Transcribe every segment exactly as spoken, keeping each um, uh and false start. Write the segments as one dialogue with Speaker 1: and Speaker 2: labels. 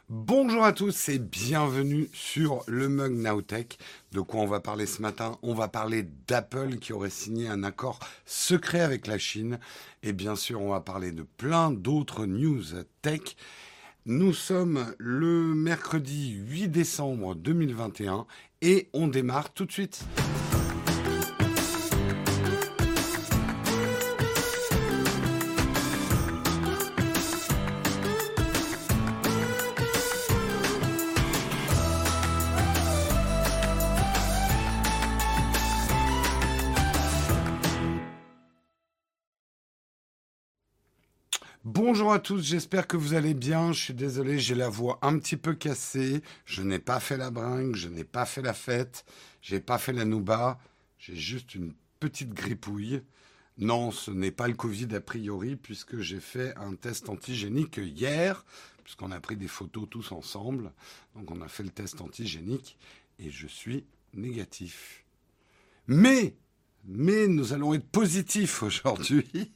Speaker 1: Bonjour à tous et bienvenue sur le Mug Nowtech. De quoi on va parler ce matin? On va parler d'Apple qui aurait signé un accord secret avec la Chine. Et bien sûr, on va parler de plein d'autres news tech. Nous sommes le mercredi huit décembre deux mille vingt et un et on démarre tout de suite. Bonjour à tous, j'espère que vous allez bien. Je suis désolé, j'ai la voix un petit peu cassée. Je n'ai pas fait la bringue, je n'ai pas fait la fête, j'ai pas fait la nouba. J'ai juste une petite grippouille. Non, ce n'est pas le Covid a priori, puisque j'ai fait un test antigénique hier, puisqu'on a pris des photos tous ensemble. Donc on a fait le test antigénique et je suis négatif. Mais, mais nous allons être positifs aujourd'hui.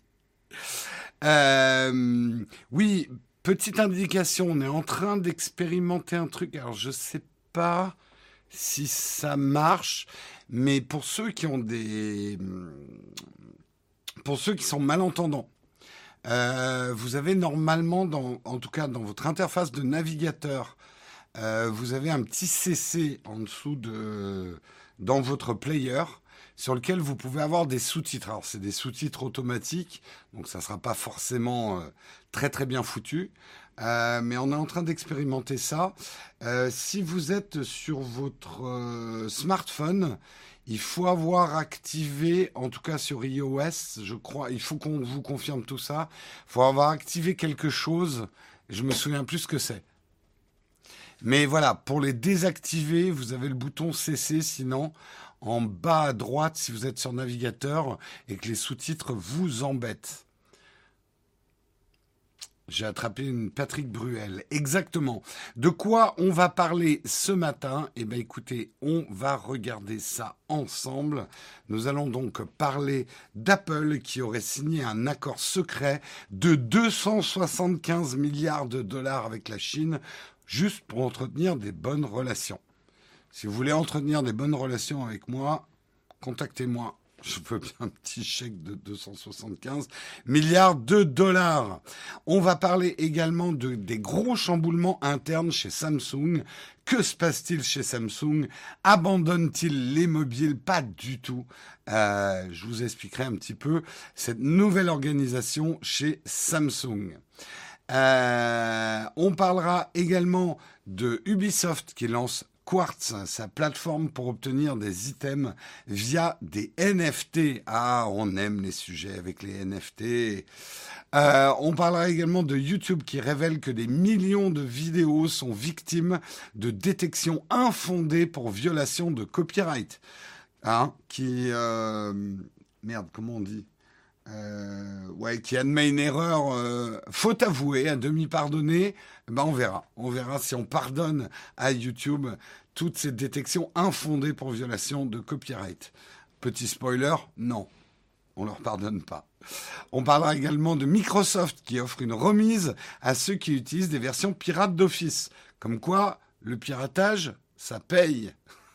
Speaker 1: Euh, oui, petite indication, on est en train d'expérimenter un truc. Alors, je sais pas si ça marche, mais pour ceux qui ont des, pour ceux qui sont malentendants, euh, vous avez normalement, dans, en tout cas dans votre interface de navigateur, euh, vous avez un petit C C en dessous de, dans votre player, sur lequel vous pouvez avoir des sous-titres. Alors, c'est des sous-titres automatiques, donc ça ne sera pas forcément euh, très très bien foutu. Euh, mais on est en train d'expérimenter ça. Euh, si vous êtes sur votre euh, smartphone, il faut avoir activé, en tout cas sur iOS, je crois, il faut qu'on vous confirme tout ça, il faut avoir activé quelque chose, je me souviens plus ce que c'est. Mais voilà, pour les désactiver, vous avez le bouton C C, sinon en bas à droite, si vous êtes sur navigateur et que les sous-titres vous embêtent. J'ai attrapé une Patrick Bruel. Exactement. De quoi on va parler ce matin? Eh bien, écoutez, on va regarder ça ensemble. Nous allons donc parler d'Apple qui aurait signé un accord secret de deux cent soixante-quinze milliards de dollars avec la Chine, juste pour entretenir des bonnes relations. Si vous voulez entretenir des bonnes relations avec moi, contactez-moi. Je veux bien un petit chèque de deux cent soixante-quinze milliards de dollars. On va parler également de, des gros chamboulements internes chez Samsung. Que se passe-t-il chez Samsung? Abandonne-t-il les mobiles? Pas du tout. Euh, je vous expliquerai un petit peu cette nouvelle organisation chez Samsung. Euh, on parlera également de Ubisoft qui lance Quartz, sa plateforme pour obtenir des items via des N F T. Ah, on aime les sujets avec les N F T. Euh, on parlera également de YouTube qui révèle que des millions de vidéos sont victimes de détections infondées pour violation de copyright. Hein, qui... Euh, merde, comment on dit? Euh, ouais, qui admet une erreur, euh, faute avouée, à demi pardonnée, ben on verra. On verra si on pardonne à YouTube toutes ces détections infondées pour violation de copyright. Petit spoiler, non, on leur pardonne pas. On parlera également de Microsoft qui offre une remise à ceux qui utilisent des versions pirates d'Office. Comme quoi, le piratage, ça paye.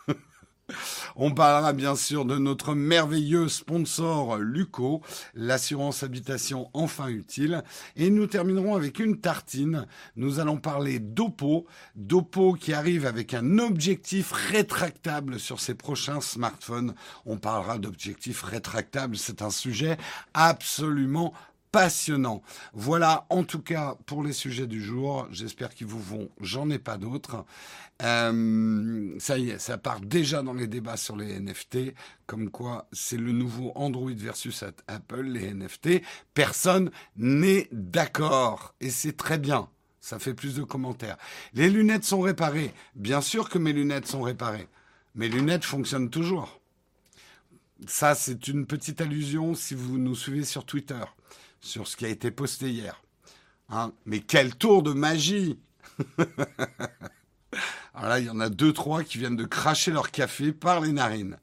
Speaker 1: On parlera bien sûr de notre merveilleux sponsor Luco, l'assurance habitation enfin utile. Et nous terminerons avec une tartine. Nous allons parler d'Oppo. D'Oppo qui arrive avec un objectif rétractable sur ses prochains smartphones. On parlera d'objectifs rétractables. C'est un sujet absolument passionnant. Voilà, en tout cas, pour les sujets du jour. J'espère qu'ils vous vont. J'en ai pas d'autres. Euh, ça y est, ça part déjà dans les débats sur les N F T, comme quoi c'est le nouveau Android versus Apple, les N F T. Personne n'est d'accord. Et c'est très bien. Ça fait plus de commentaires. Les lunettes sont réparées. Bien sûr que mes lunettes sont réparées. Mes lunettes fonctionnent toujours. Ça, c'est une petite allusion si vous nous suivez sur Twitter, sur ce qui a été posté hier. Hein, mais quel tour de magie! Alors là, il y en a deux, trois qui viennent de cracher leur café par les narines.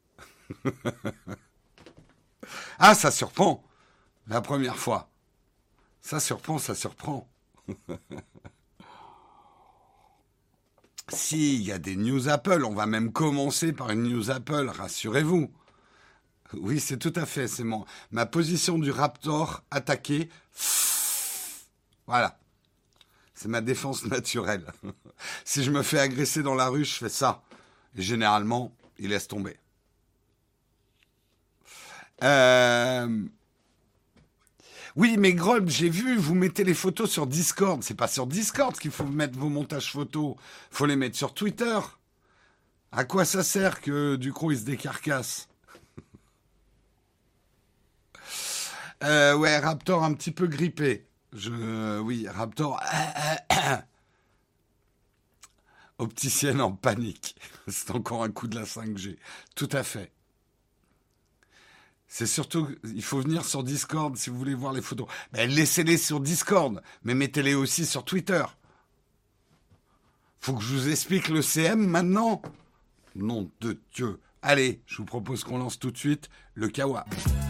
Speaker 1: Ah, ça surprend. La première fois. Ça surprend, ça surprend. si, il y a des news Apple. On va même commencer par une news Apple, rassurez-vous. Oui, c'est tout à fait. C'est mon, ma position du Raptor attaqué. Voilà. C'est ma défense naturelle. Si je me fais agresser dans la rue, je fais ça. Et généralement, il laisse tomber. Euh... Oui, mais Grob, j'ai vu, vous mettez les photos sur Discord. C'est pas sur Discord qu'il faut mettre vos montages photos. Faut les mettre sur Twitter. À quoi ça sert que Ducrot il se décarcasse? euh, Ouais, Raptor un petit peu grippé. Je, oui, Raptor. Opticienne en panique. C'est encore un coup de la cinq G. Tout à fait. C'est surtout, il faut venir sur Discord si vous voulez voir les photos. Ben, laissez-les sur Discord, mais mettez-les aussi sur Twitter. Faut que je vous explique le C M maintenant? Nom de Dieu. Allez, je vous propose qu'on lance tout de suite le Kawa.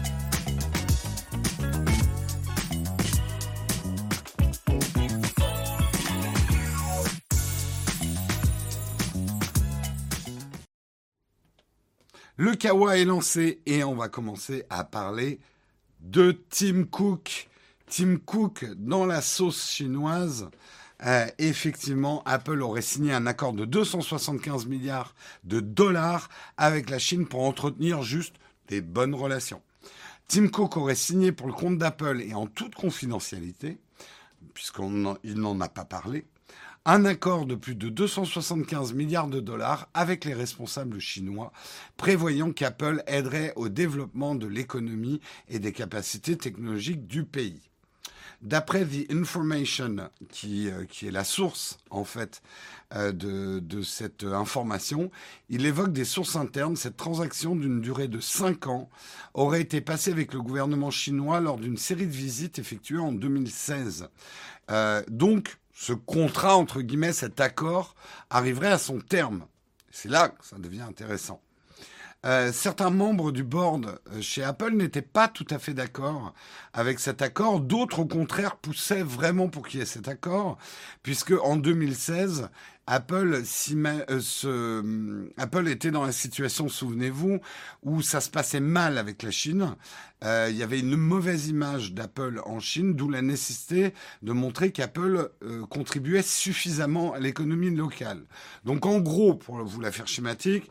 Speaker 1: Le Kawa est lancé et on va commencer à parler de Tim Cook. Tim Cook dans la sauce chinoise. Euh, effectivement, Apple aurait signé un accord de deux cent soixante-quinze milliards de dollars avec la Chine pour entretenir juste des bonnes relations. Tim Cook aurait signé pour le compte d'Apple et en toute confidentialité, puisqu'il n'en a pas parlé, un accord de plus de deux cent soixante-quinze milliards de dollars avec les responsables chinois, prévoyant qu'Apple aiderait au développement de l'économie et des capacités technologiques du pays. D'après The Information, qui, euh, qui est la source en fait euh, de, de cette information, il évoque des sources internes. Cette transaction d'une durée de cinq ans aurait été passée avec le gouvernement chinois lors d'une série de visites effectuées en deux mille seize. Euh, donc, ce contrat, entre guillemets, cet accord, arriverait à son terme. C'est là que ça devient intéressant. Euh, certains membres du board chez Apple n'étaient pas tout à fait d'accord avec cet accord. D'autres, au contraire, poussaient vraiment pour qu'il y ait cet accord, puisque en deux mille seize, Apple, euh, se, Apple était dans la situation, souvenez-vous, où ça se passait mal avec la Chine. Euh, il y avait une mauvaise image d'Apple en Chine, d'où la nécessité de montrer qu'Apple euh, contribuait suffisamment à l'économie locale. Donc en gros, pour vous la faire schématique,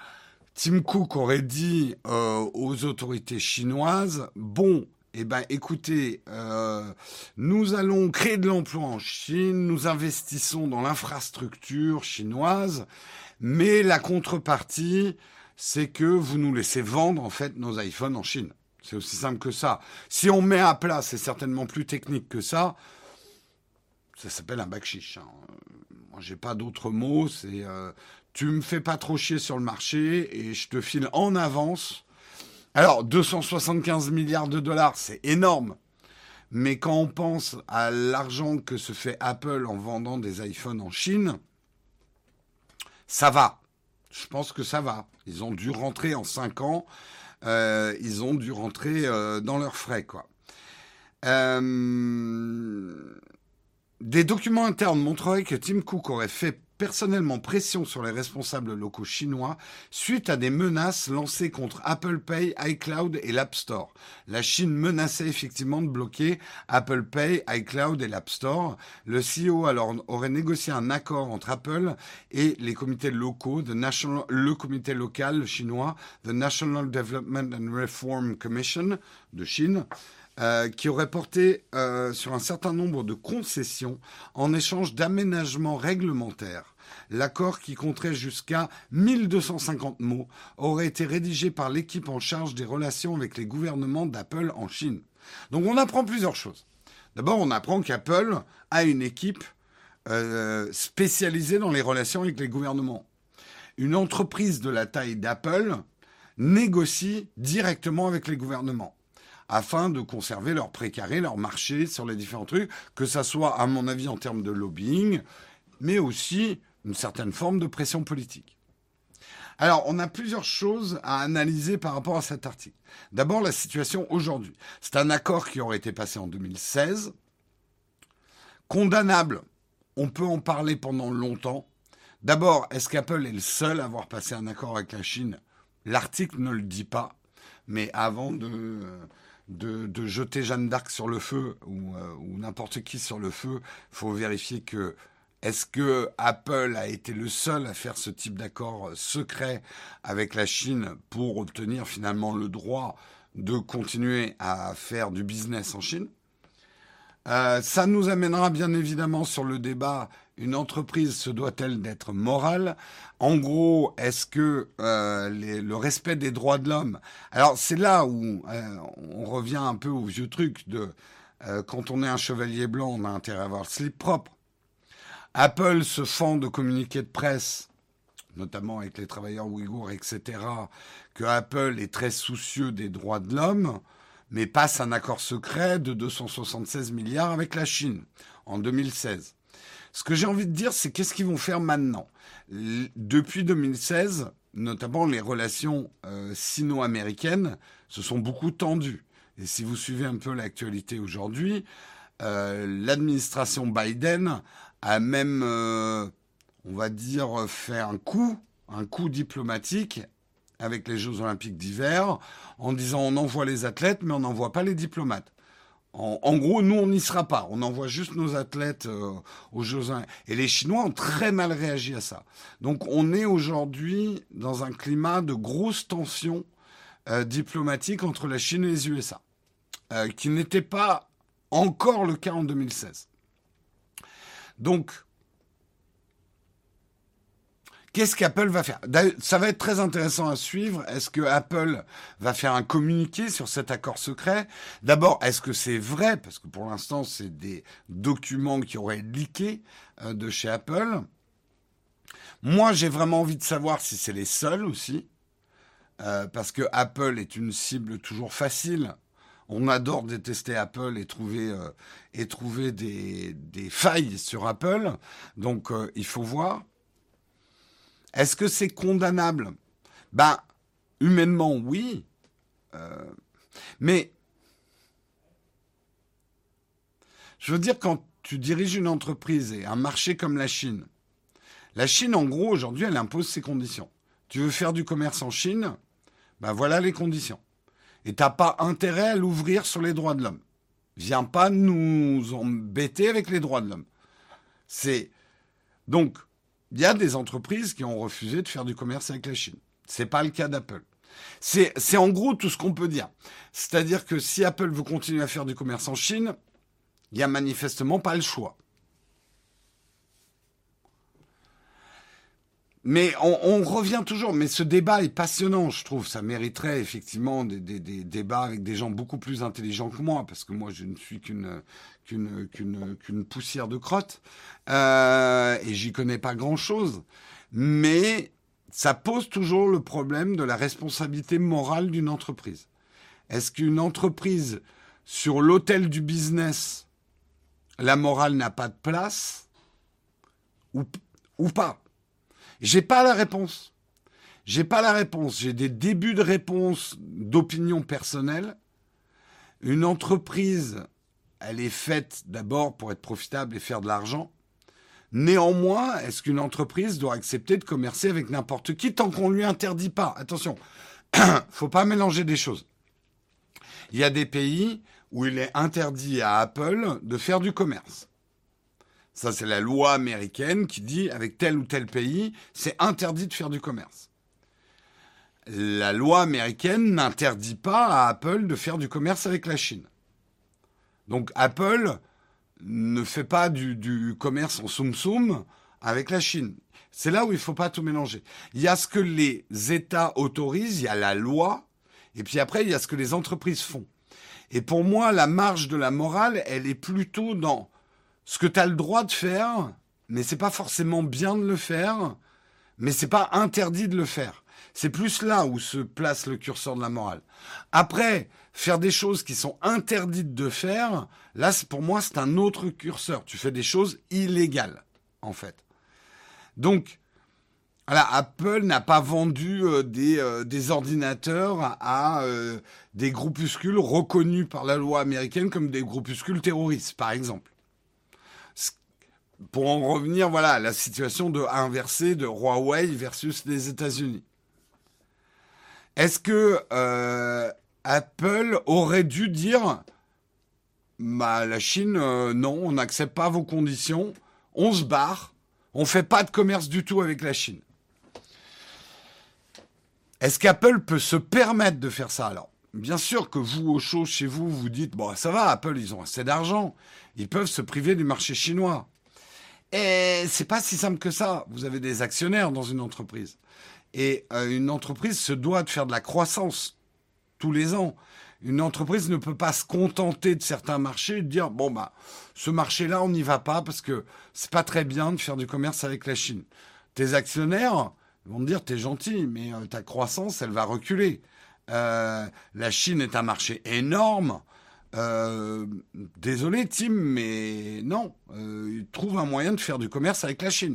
Speaker 1: Tim Cook aurait dit euh, aux autorités chinoises, bon, eh ben, écoutez, euh, nous allons créer de l'emploi en Chine, nous investissons dans l'infrastructure chinoise, mais la contrepartie, c'est que vous nous laissez vendre en fait nos iPhones en Chine. C'est aussi simple que ça. Si on met à plat, c'est certainement plus technique que ça. Ça s'appelle un bakshish. Hein. Moi, j'ai pas d'autres mots. C'est euh, tu me fais pas trop chier sur le marché et je te file en avance. Alors, deux cent soixante-quinze milliards de dollars, c'est énorme. Mais quand on pense à l'argent que se fait Apple en vendant des iPhones en Chine, ça va. Je pense que ça va. Ils ont dû rentrer en cinq ans. Euh, ils ont dû rentrer euh, dans leurs frais, quoi. Euh... Des documents internes montreraient que Tim Cook aurait fait personnellement pression sur les responsables locaux chinois suite à des menaces lancées contre Apple Pay, iCloud et l'App Store. La Chine menaçait effectivement de bloquer Apple Pay, iCloud et l'App Store. Le C E O alors aurait négocié un accord entre Apple et les comités locaux, the National, le comité local chinois, the National Development and Reform Commission de Chine, Euh, qui aurait porté euh, sur un certain nombre de concessions en échange d'aménagements réglementaires. L'accord, qui compterait jusqu'à mille deux cent cinquante mots, aurait été rédigé par l'équipe en charge des relations avec les gouvernements d'Apple en Chine. Donc on apprend plusieurs choses. D'abord, on apprend qu'Apple a une équipe euh, spécialisée dans les relations avec les gouvernements. Une entreprise de la taille d'Apple négocie directement avec les gouvernements, afin de conserver leur précaré, leur marché sur les différents trucs, que ça soit, à mon avis, en termes de lobbying, mais aussi une certaine forme de pression politique. Alors, on a plusieurs choses à analyser par rapport à cet article. D'abord, la situation aujourd'hui. C'est un accord qui aurait été passé en deux mille seize. Condamnable, on peut en parler pendant longtemps. D'abord, est-ce qu'Apple est le seul à avoir passé un accord avec la Chine? L'article ne le dit pas, mais avant de, de, de jeter Jeanne d'Arc sur le feu ou, euh, ou n'importe qui sur le feu, il faut vérifier que est-ce que Apple a été le seul à faire ce type d'accord secret avec la Chine pour obtenir finalement le droit de continuer à faire du business en Chine? Euh, ça nous amènera bien évidemment sur le débat, une entreprise se doit-elle d'être morale? En gros, est-ce que euh, les, le respect des droits de l'homme... Alors c'est là où euh, on revient un peu au vieux truc de euh, quand on est un chevalier blanc, on a intérêt à avoir le slip propre. Apple se fend de communiqués de presse, notamment avec les travailleurs ouïghours, et cetera, que Apple est très soucieux des droits de l'homme, mais passe un accord secret de deux cent soixante-seize milliards avec la Chine en deux mille seize. Ce que j'ai envie de dire, c'est qu'est-ce qu'ils vont faire maintenant? Depuis deux mille seize, notamment les relations euh, sino-américaines se sont beaucoup tendues. Et si vous suivez un peu l'actualité aujourd'hui, euh, l'administration Biden a même, euh, on va dire, fait un coup, un coup diplomatique avec les Jeux Olympiques d'hiver, en disant on envoie les athlètes, mais on n'envoie pas les diplomates. En, en gros, nous, on n'y sera pas. On envoie juste nos athlètes euh, aux Jeux Olympiques. Et les Chinois ont très mal réagi à ça. Donc, on est aujourd'hui dans un climat de grosse tension euh, diplomatique entre la Chine et les U S A, euh, qui n'était pas encore le cas en deux mille seize. Donc, qu'est-ce qu'Apple va faire? Ça va être très intéressant à suivre. Est-ce que Apple va faire un communiqué sur cet accord secret? D'abord, est-ce que c'est vrai? Parce que pour l'instant, c'est des documents qui auraient leaké euh, de chez Apple. Moi, j'ai vraiment envie de savoir si c'est les seuls aussi. Euh, parce que Apple est une cible toujours facile. On adore détester Apple et trouver, euh, et trouver des, des failles sur Apple. Donc, euh, il faut voir. Est-ce que c'est condamnable? Ben, humainement, oui. Euh, mais, je veux dire, quand tu diriges une entreprise et un marché comme la Chine, la Chine, en gros, aujourd'hui, elle impose ses conditions. Tu veux faire du commerce en Chine? Ben voilà les conditions. Et t'as pas intérêt à l'ouvrir sur les droits de l'homme. Viens pas nous embêter avec les droits de l'homme. C'est... Donc... Il y a des entreprises qui ont refusé de faire du commerce avec la Chine. C'est pas le cas d'Apple. C'est, c'est en gros tout ce qu'on peut dire. C'est-à-dire que si Apple veut continuer à faire du commerce en Chine, il n'y a manifestement pas le choix. Mais on, on revient toujours, mais ce débat est passionnant, je trouve. Ça mériterait effectivement des, des, des débats avec des gens beaucoup plus intelligents que moi, parce que moi, je ne suis qu'une, qu'une, qu'une, qu'une poussière de crotte, euh, et j'y connais pas grand-chose. Mais ça pose toujours le problème de la responsabilité morale d'une entreprise. Est-ce qu'une entreprise, sur l'autel du business, la morale n'a pas de place, ou, ou pas? J'ai pas la réponse. J'ai pas la réponse. J'ai des débuts de réponse d'opinion personnelle. Une entreprise, elle est faite d'abord pour être profitable et faire de l'argent. Néanmoins, est-ce qu'une entreprise doit accepter de commercer avec n'importe qui tant qu'on lui interdit pas? Attention, faut pas mélanger des choses. Il y a des pays où il est interdit à Apple de faire du commerce. Ça, c'est la loi américaine qui dit, avec tel ou tel pays, c'est interdit de faire du commerce. La loi américaine n'interdit pas à Apple de faire du commerce avec la Chine. Donc Apple ne fait pas du, du commerce en soum-soum avec la Chine. C'est là où il ne faut pas tout mélanger. Il y a ce que les États autorisent, il y a la loi, et puis après, il y a ce que les entreprises font. Et pour moi, la marge de la morale, elle est plutôt dans ce que tu as le droit de faire, mais c'est pas forcément bien de le faire, mais c'est pas interdit de le faire. C'est plus là où se place le curseur de la morale. Après, faire des choses qui sont interdites de faire, là, pour moi, c'est un autre curseur. Tu fais des choses illégales, en fait. Donc, voilà, Apple n'a pas vendu euh, des, euh, des ordinateurs à euh, des groupuscules reconnus par la loi américaine comme des groupuscules terroristes, par exemple. pour en revenir, voilà, à la situation de inversée de Huawei versus les États-Unis. Est-ce que euh, Apple aurait dû dire, bah, la Chine, euh, non, on n'accepte pas vos conditions, on se barre, on fait pas de commerce du tout avec la Chine. Est-ce qu'Apple peut se permettre de faire ça? Alors, bien sûr que vous, au chaud, chez vous, vous dites, bon, ça va, Apple, ils ont assez d'argent, ils peuvent se priver du marché chinois. Et c'est pas si simple que ça. Vous avez des actionnaires dans une entreprise. Et euh, une entreprise se doit de faire de la croissance tous les ans. Une entreprise ne peut pas se contenter de certains marchés et de dire, bon, bah, ce marché-là, on n'y va pas parce que c'est pas très bien de faire du commerce avec la Chine. Tes actionnaires vont te dire, t'es gentil, mais euh, ta croissance, elle va reculer. Euh, la Chine est un marché énorme. Euh, désolé, Tim, mais non. Euh, trouve un moyen de faire du commerce avec la Chine.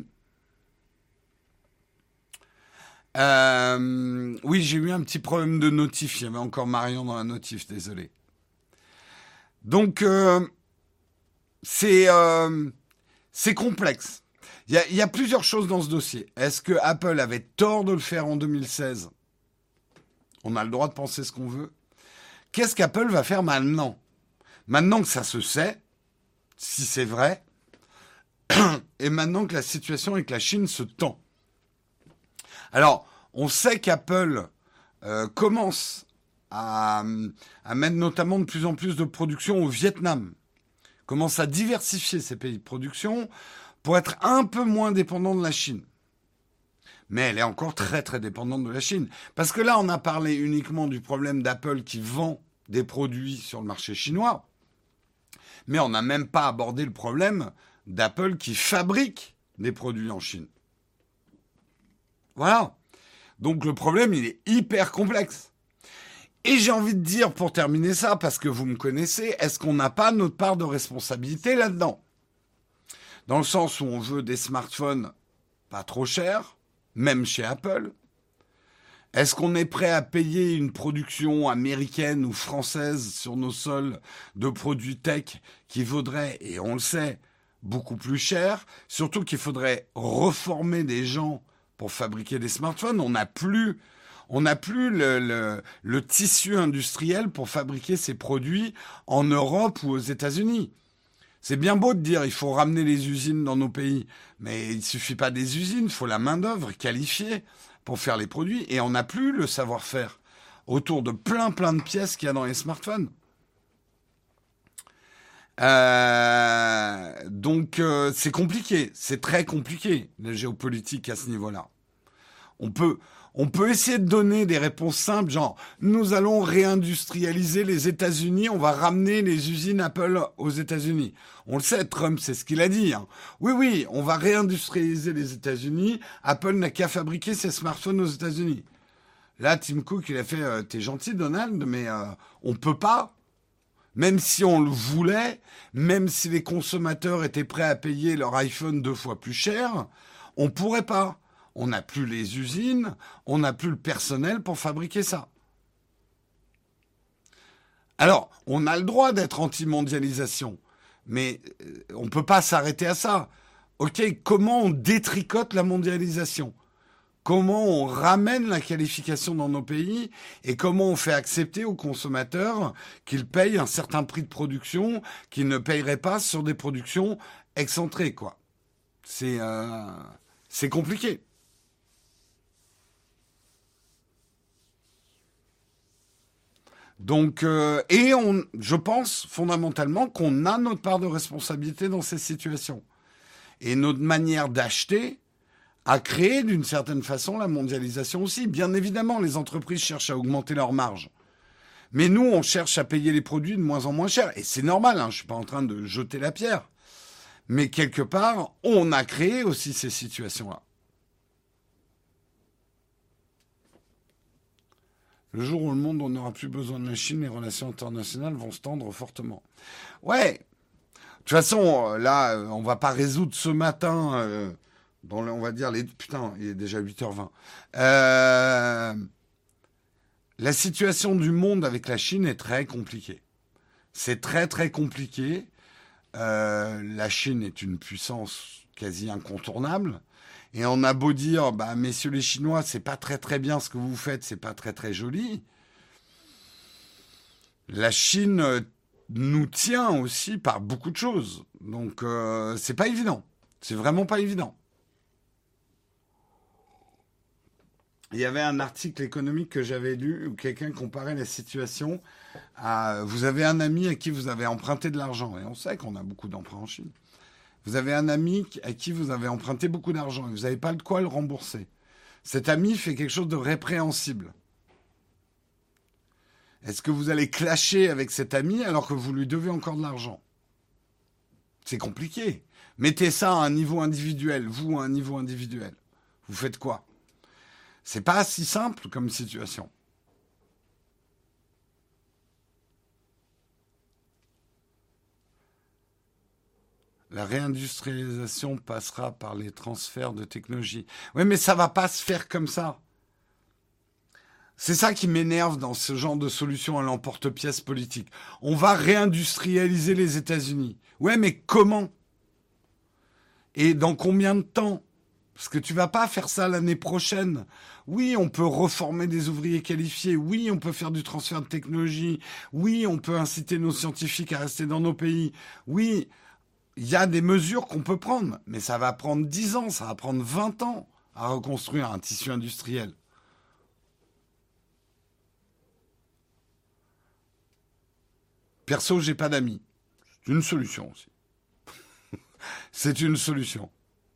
Speaker 1: Euh, oui, j'ai eu un petit problème de notif. Il y avait encore Marion dans la notif, désolé. Donc, euh, c'est euh, c'est complexe. Il y a, il y a plusieurs choses dans ce dossier. Est-ce que Apple avait tort de le faire en deux mille seize? On a le droit de penser ce qu'on veut. Qu'est-ce qu'Apple va faire maintenant? Maintenant que ça se sait, si c'est vrai, et maintenant que la situation avec la Chine se tend. Alors, on sait qu'Apple euh, commence à, à mettre notamment de plus en plus de production au Vietnam, commence à diversifier ses pays de production pour être un peu moins dépendant de la Chine. Mais elle est encore très très dépendante de la Chine. Parce que là, on a parlé uniquement du problème d'Apple qui vend des produits sur le marché chinois, mais on n'a même pas abordé le problème d'Apple qui fabrique des produits en Chine. Voilà. Donc le problème, il est hyper complexe. Et j'ai envie de dire, pour terminer ça, parce que vous me connaissez, est-ce qu'on n'a pas notre part de responsabilité là-dedans? Dans le sens où on veut des smartphones pas trop chers, même chez Apple. Est-ce qu'on est prêt à payer une production américaine ou française sur nos sols de produits tech qui vaudrait, et on le sait, beaucoup plus cher? Surtout qu'il faudrait reformer des gens pour fabriquer des smartphones. On n'a plus, on n'a plus le, le, le tissu industriel pour fabriquer ces produits en Europe ou aux États-Unis. C'est bien beau de dire il faut ramener les usines dans nos pays, mais il ne suffit pas des usines, il faut la main-d'œuvre qualifiée pour faire les produits. Et on n'a plus le savoir-faire autour de plein plein de pièces qu'il y a dans les smartphones. Euh, donc euh, c'est compliqué, c'est très compliqué la géopolitique à ce niveau-là. On peut, on peut essayer de donner des réponses simples, genre nous allons réindustrialiser les États-Unis, on va ramener les usines Apple aux États-Unis. On le sait, Trump, c'est ce qu'il a dit. Hein. Oui, oui, on va réindustrialiser les États-Unis. Apple n'a qu'à fabriquer ses smartphones aux États-Unis. Là, Tim Cook, il a fait euh, t'es gentil, Donald, mais euh, on peut pas. Même si on le voulait, même si les consommateurs étaient prêts à payer leur iPhone deux fois plus cher, on pourrait pas. On n'a plus les usines, on n'a plus le personnel pour fabriquer ça. Alors, on a le droit d'être anti-mondialisation, mais on ne peut pas s'arrêter à ça. Ok, comment on détricote la mondialisation ? Comment on ramène la qualification dans nos pays et comment on fait accepter aux consommateurs qu'ils payent un certain prix de production qu'ils ne paieraient pas sur des productions excentrées, quoi. C'est, euh, c'est compliqué. Donc, euh, et on, je pense fondamentalement qu'on a notre part de responsabilité dans ces situations. Et notre manière d'acheter a créé d'une certaine façon la mondialisation aussi. Bien évidemment, les entreprises cherchent à augmenter leurs marges. Mais nous, on cherche à payer les produits de moins en moins cher. Et c'est normal, hein, je ne suis pas en train de jeter la pierre. Mais quelque part, on a créé aussi ces situations-là. Le jour où le monde on n'aura plus besoin de la Chine, les relations internationales vont se tendre fortement. Ouais. De toute façon, là, on va pas résoudre ce matin, euh, dans le, on va dire les... Putain, il est déjà huit heures vingt. Euh, la situation du monde avec la Chine est très compliquée. C'est très très compliqué. Euh, la Chine est une puissance quasi incontournable. Et on a beau dire, bah, messieurs les Chinois, c'est pas très très bien ce que vous faites, c'est pas très très joli. La Chine euh, nous tient aussi par beaucoup de choses. Donc, euh, c'est pas évident. C'est vraiment pas évident. Il y avait un article économique que j'avais lu où quelqu'un comparait la situation à... Vous avez un ami à qui vous avez emprunté de l'argent. Et on sait qu'on a beaucoup d'emprunts en Chine. Vous avez un ami à qui vous avez emprunté beaucoup d'argent et vous n'avez pas de quoi le rembourser. Cet ami fait quelque chose de répréhensible. Est-ce que vous allez clasher avec cet ami alors que vous lui devez encore de l'argent? C'est compliqué. Mettez ça à un niveau individuel, vous à un niveau individuel. Vous faites quoi? C'est pas si simple comme situation. La réindustrialisation passera par les transferts de technologie. Oui, mais ça va pas se faire comme ça. C'est ça qui m'énerve dans ce genre de solution à l'emporte-pièce politique. On va réindustrialiser les États-Unis. Ouais, mais comment? Et dans combien de temps? Parce que tu vas pas faire ça l'année prochaine. Oui, on peut reformer des ouvriers qualifiés. Oui, on peut faire du transfert de technologie. Oui, on peut inciter nos scientifiques à rester dans nos pays. Oui, il y a des mesures qu'on peut prendre. Mais ça va prendre dix ans, ça va prendre vingt ans à reconstruire un tissu industriel. Perso, j'ai pas d'amis. C'est une solution aussi. C'est une solution.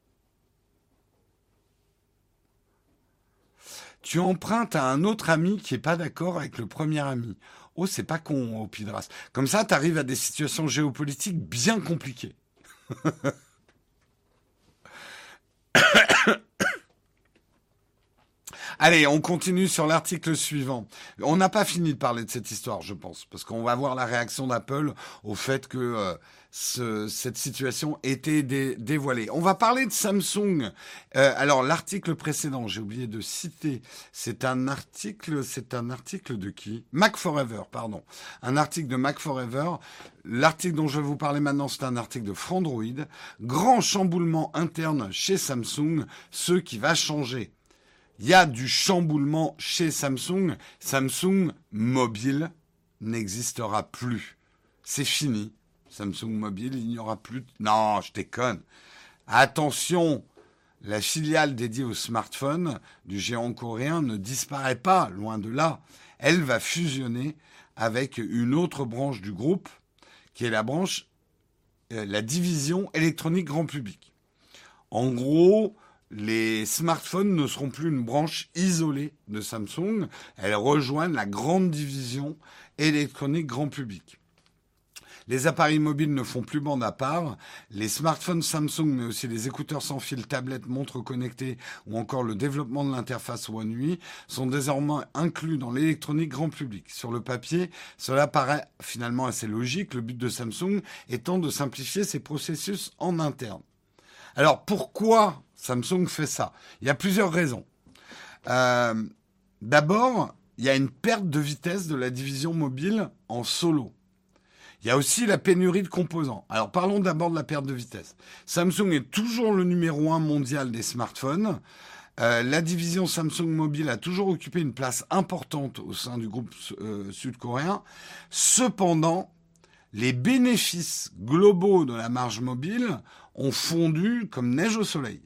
Speaker 1: Tu empruntes à un autre ami qui est pas d'accord avec le premier ami. Oh, c'est pas con, au Pidras. Comme ça, tu arrives à des situations géopolitiques bien compliquées. Allez, on continue sur l'article suivant. On n'a pas fini de parler de cette histoire, je pense, parce qu'on va voir la réaction d'Apple au fait que euh, ce, cette situation était dé, dévoilée. On va parler de Samsung. Euh, alors, l'article précédent, j'ai oublié de citer, c'est un article, c'est un article de qui? Mac Forever, pardon. Un article de Mac Forever. L'article dont je vais vous parler maintenant, c'est un article de Frandroid. Grand chamboulement interne chez Samsung, ce qui va changer. Il y a du chamboulement chez Samsung. Samsung Mobile n'existera plus. C'est fini. Samsung Mobile, il n'y aura plus... De... Non, je déconne. Attention, la filiale dédiée aux smartphones du géant coréen ne disparaît pas, loin de là. Elle va fusionner avec une autre branche du groupe, qui est la branche, euh, la division électronique grand public. En gros... Les smartphones ne seront plus une branche isolée de Samsung. Elles rejoignent la grande division électronique grand public. Les appareils mobiles ne font plus bande à part. Les smartphones Samsung, mais aussi les écouteurs sans fil, tablettes, montres connectées ou encore le développement de l'interface One U I sont désormais inclus dans l'électronique grand public. Sur le papier, cela paraît finalement assez logique, le but de Samsung étant de simplifier ses processus en interne. Alors pourquoi Samsung fait ça? Il y a plusieurs raisons. Euh, d'abord, il y a une perte de vitesse de la division mobile en solo. Il y a aussi la pénurie de composants. Alors parlons d'abord de la perte de vitesse. Samsung est toujours le numéro un mondial des smartphones. Euh, la division Samsung Mobile a toujours occupé une place importante au sein du groupe euh, sud-coréen. Cependant, les bénéfices globaux de la marge mobile ont fondu comme neige au soleil.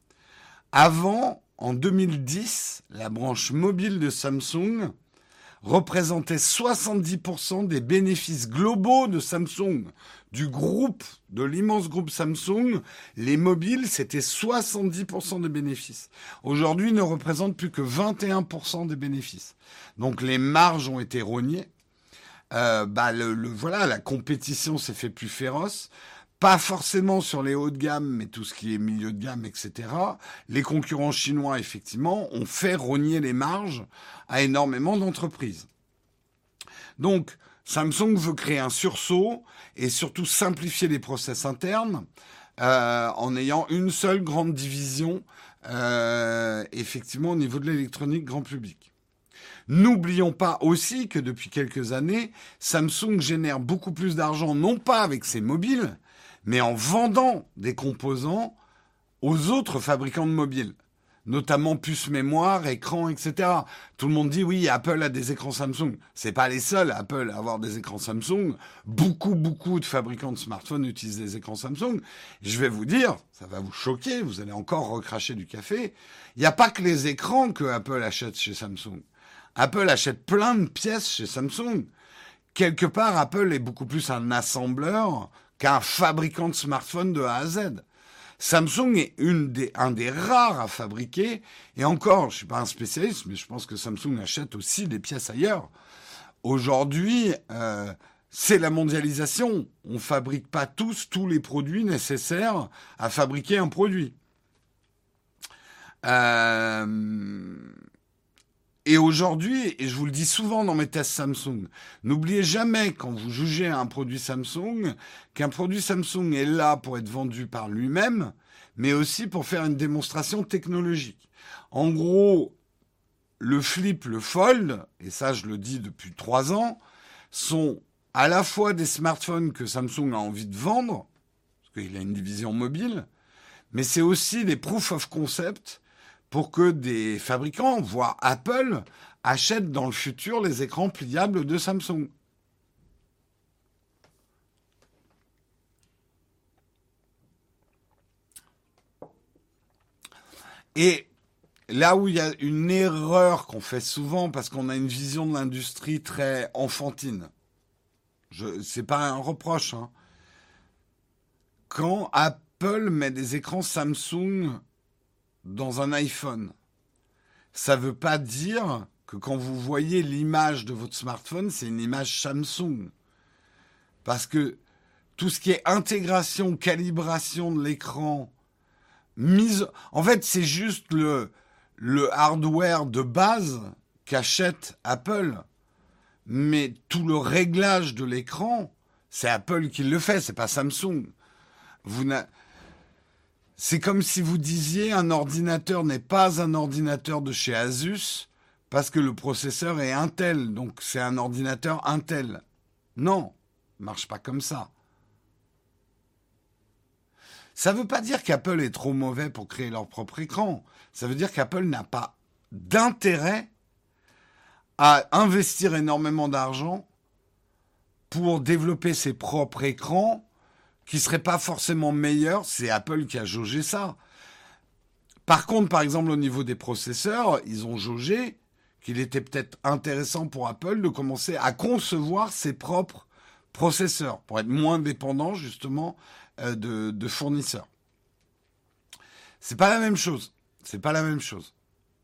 Speaker 1: Avant, en deux mille dix, la branche mobile de Samsung représentait soixante-dix pour cent des bénéfices globaux de Samsung. Du groupe, de l'immense groupe Samsung, les mobiles, c'était soixante-dix pour cent des bénéfices. Aujourd'hui, ils ne représentent plus que vingt et un pour cent des bénéfices. Donc les marges ont été rognées. Euh, bah le, le, voilà, la compétition s'est fait plus féroce. Pas forcément sur les hauts de gamme, mais tout ce qui est milieu de gamme, et cetera. Les concurrents chinois, effectivement, ont fait rogner les marges à énormément d'entreprises. Donc, Samsung veut créer un sursaut et surtout simplifier les process internes euh, en ayant une seule grande division, euh, effectivement, au niveau de l'électronique grand public. N'oublions pas aussi que depuis quelques années, Samsung génère beaucoup plus d'argent, non pas avec ses mobiles, mais en vendant des composants aux autres fabricants de mobiles, notamment puces mémoire, écrans, et cetera. Tout le monde dit oui, Apple a des écrans Samsung. C'est pas les seuls, Apple, à avoir des écrans Samsung. Beaucoup, beaucoup de fabricants de smartphones utilisent des écrans Samsung. Je vais vous dire, ça va vous choquer, vous allez encore recracher du café. Il n'y a pas que les écrans que Apple achète chez Samsung. Apple achète plein de pièces chez Samsung. Quelque part, Apple est beaucoup plus un assembleur qu'un fabricant de smartphones de A à Z. Samsung est une des, un des rares à fabriquer, et encore, je suis pas un spécialiste, mais je pense que Samsung achète aussi des pièces ailleurs. Aujourd'hui, euh, c'est la mondialisation. On fabrique pas tous tous les produits nécessaires à fabriquer un produit. Euh... Et aujourd'hui, et je vous le dis souvent dans mes tests Samsung, n'oubliez jamais quand vous jugez un produit Samsung, qu'un produit Samsung est là pour être vendu par lui-même, mais aussi pour faire une démonstration technologique. En gros, le Flip, le Fold, et ça je le dis depuis trois ans, sont à la fois des smartphones que Samsung a envie de vendre, parce qu'il a une division mobile, mais c'est aussi des proof of concept pour que des fabricants, voire Apple, achètent dans le futur les écrans pliables de Samsung. Et là où il y a une erreur qu'on fait souvent, parce qu'on a une vision de l'industrie très enfantine, je, c'est pas un reproche, hein. Quand Apple met des écrans Samsung dans un iPhone, ça veut pas dire que quand vous voyez l'image de votre smartphone, c'est une image Samsung. Parce que tout ce qui est intégration, calibration de l'écran, mise... En fait, c'est juste le, le hardware de base qu'achète Apple. Mais tout le réglage de l'écran, c'est Apple qui le fait, c'est pas Samsung. Vous n'a... C'est comme si vous disiez un ordinateur n'est pas un ordinateur de chez Asus parce que le processeur est Intel, donc c'est un ordinateur Intel. Non, ça marche pas comme ça. Ça ne veut pas dire qu'Apple est trop mauvais pour créer leur propre écran. Ça veut dire qu'Apple n'a pas d'intérêt à investir énormément d'argent pour développer ses propres écrans qui ne seraient pas forcément meilleurs. C'est Apple qui a jaugé ça. Par contre, par exemple, au niveau des processeurs, ils ont jaugé qu'il était peut-être intéressant pour Apple de commencer à concevoir ses propres processeurs pour être moins dépendant justement euh, de, de fournisseurs. C'est pas la même chose. C'est pas la même chose.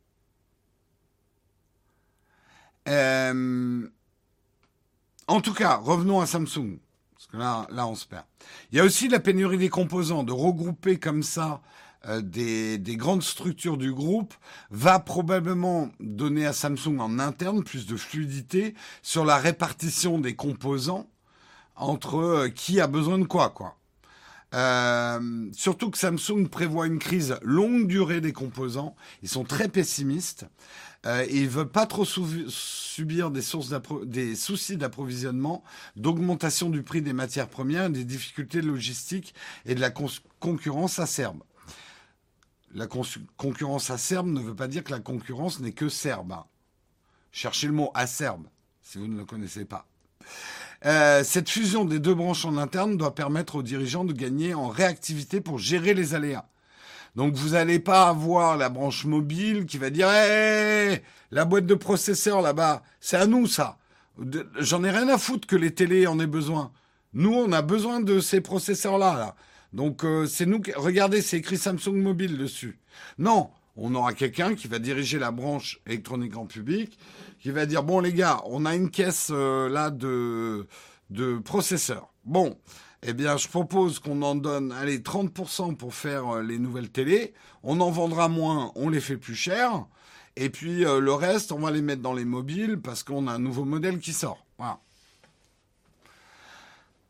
Speaker 1: Euh, en tout cas, revenons à Samsung. Parce que là, là, on se perd. Il y a aussi la pénurie des composants. De regrouper comme ça euh, des, des grandes structures du groupe va probablement donner à Samsung en interne plus de fluidité sur la répartition des composants entre euh, qui a besoin de quoi, quoi. Euh, surtout que Samsung prévoit une crise longue durée des composants. Ils sont très pessimistes. Euh, et ils ne veulent pas trop sou- subir des, sources des soucis d'approvisionnement, d'augmentation du prix des matières premières, des difficultés logistiques et de la con- concurrence acerbe. La con- concurrence acerbe ne veut pas dire que la concurrence n'est que serbe. Hein. Cherchez le mot acerbe, si vous ne le connaissez pas. Euh, cette fusion des deux branches en interne doit permettre aux dirigeants de gagner en réactivité pour gérer les aléas. Donc vous n'allez pas avoir la branche mobile qui va dire hey, « la boîte de processeurs là-bas, c'est à nous ça. J'en ai rien à foutre que les télés en aient besoin. Nous, on a besoin de ces processeurs-là. Là. Donc euh, c'est nous qui... Regardez, c'est écrit Samsung Mobile dessus. » Non, on aura quelqu'un qui va diriger la branche électronique en public, qui va dire « Bon les gars, on a une caisse euh, là de, de processeurs. Bon. » Eh bien, je propose qu'on en donne, allez, trente pour cent pour faire euh, les nouvelles télés. On en vendra moins, on les fait plus cher. Et puis, euh, le reste, on va les mettre dans les mobiles parce qu'on a un nouveau modèle qui sort. Voilà.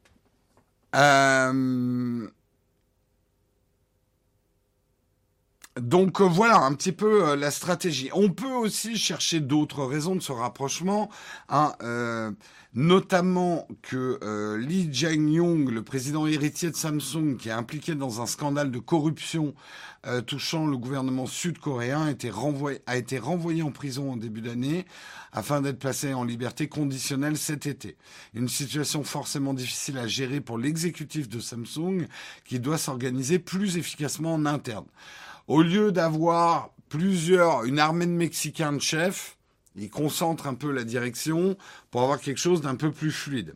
Speaker 1: Euh... Donc euh, voilà un petit peu euh, la stratégie. On peut aussi chercher d'autres raisons de ce rapprochement, hein, euh, notamment que euh, Lee Jae-yong, le président héritier de Samsung, qui est impliqué dans un scandale de corruption euh, touchant le gouvernement sud-coréen, a été renvoyé, a été renvoyé en prison en début d'année afin d'être placé en liberté conditionnelle cet été. Une situation forcément difficile à gérer pour l'exécutif de Samsung qui doit s'organiser plus efficacement en interne. Au lieu d'avoir plusieurs, une armée de Mexicains de chefs, ils concentrent un peu la direction pour avoir quelque chose d'un peu plus fluide.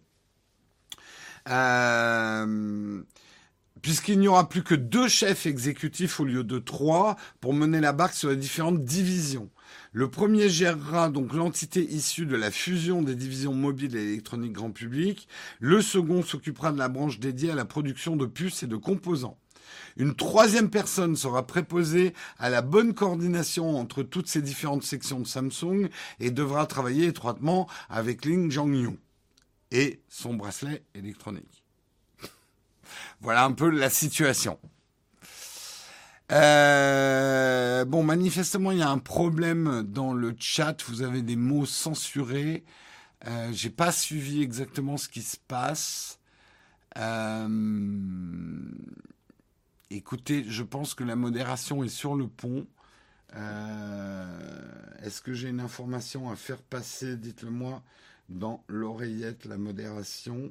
Speaker 1: Euh, puisqu'il n'y aura plus que deux chefs exécutifs au lieu de trois pour mener la barque sur les différentes divisions. Le premier gérera donc l'entité issue de la fusion des divisions mobiles et électroniques grand public. Le second s'occupera de la branche dédiée à la production de puces et de composants. Une troisième personne sera préposée à la bonne coordination entre toutes ces différentes sections de Samsung et devra travailler étroitement avec Lee Jae-yong et son bracelet électronique. Voilà un peu la situation. Euh, bon, manifestement, il y a un problème dans le chat. Vous avez des mots censurés. Euh, j'ai pas suivi exactement ce qui se passe. Euh... Écoutez, je pense que la modération est sur le pont. Euh, est-ce que j'ai une information à faire passer? Dites-le moi dans l'oreillette, la modération.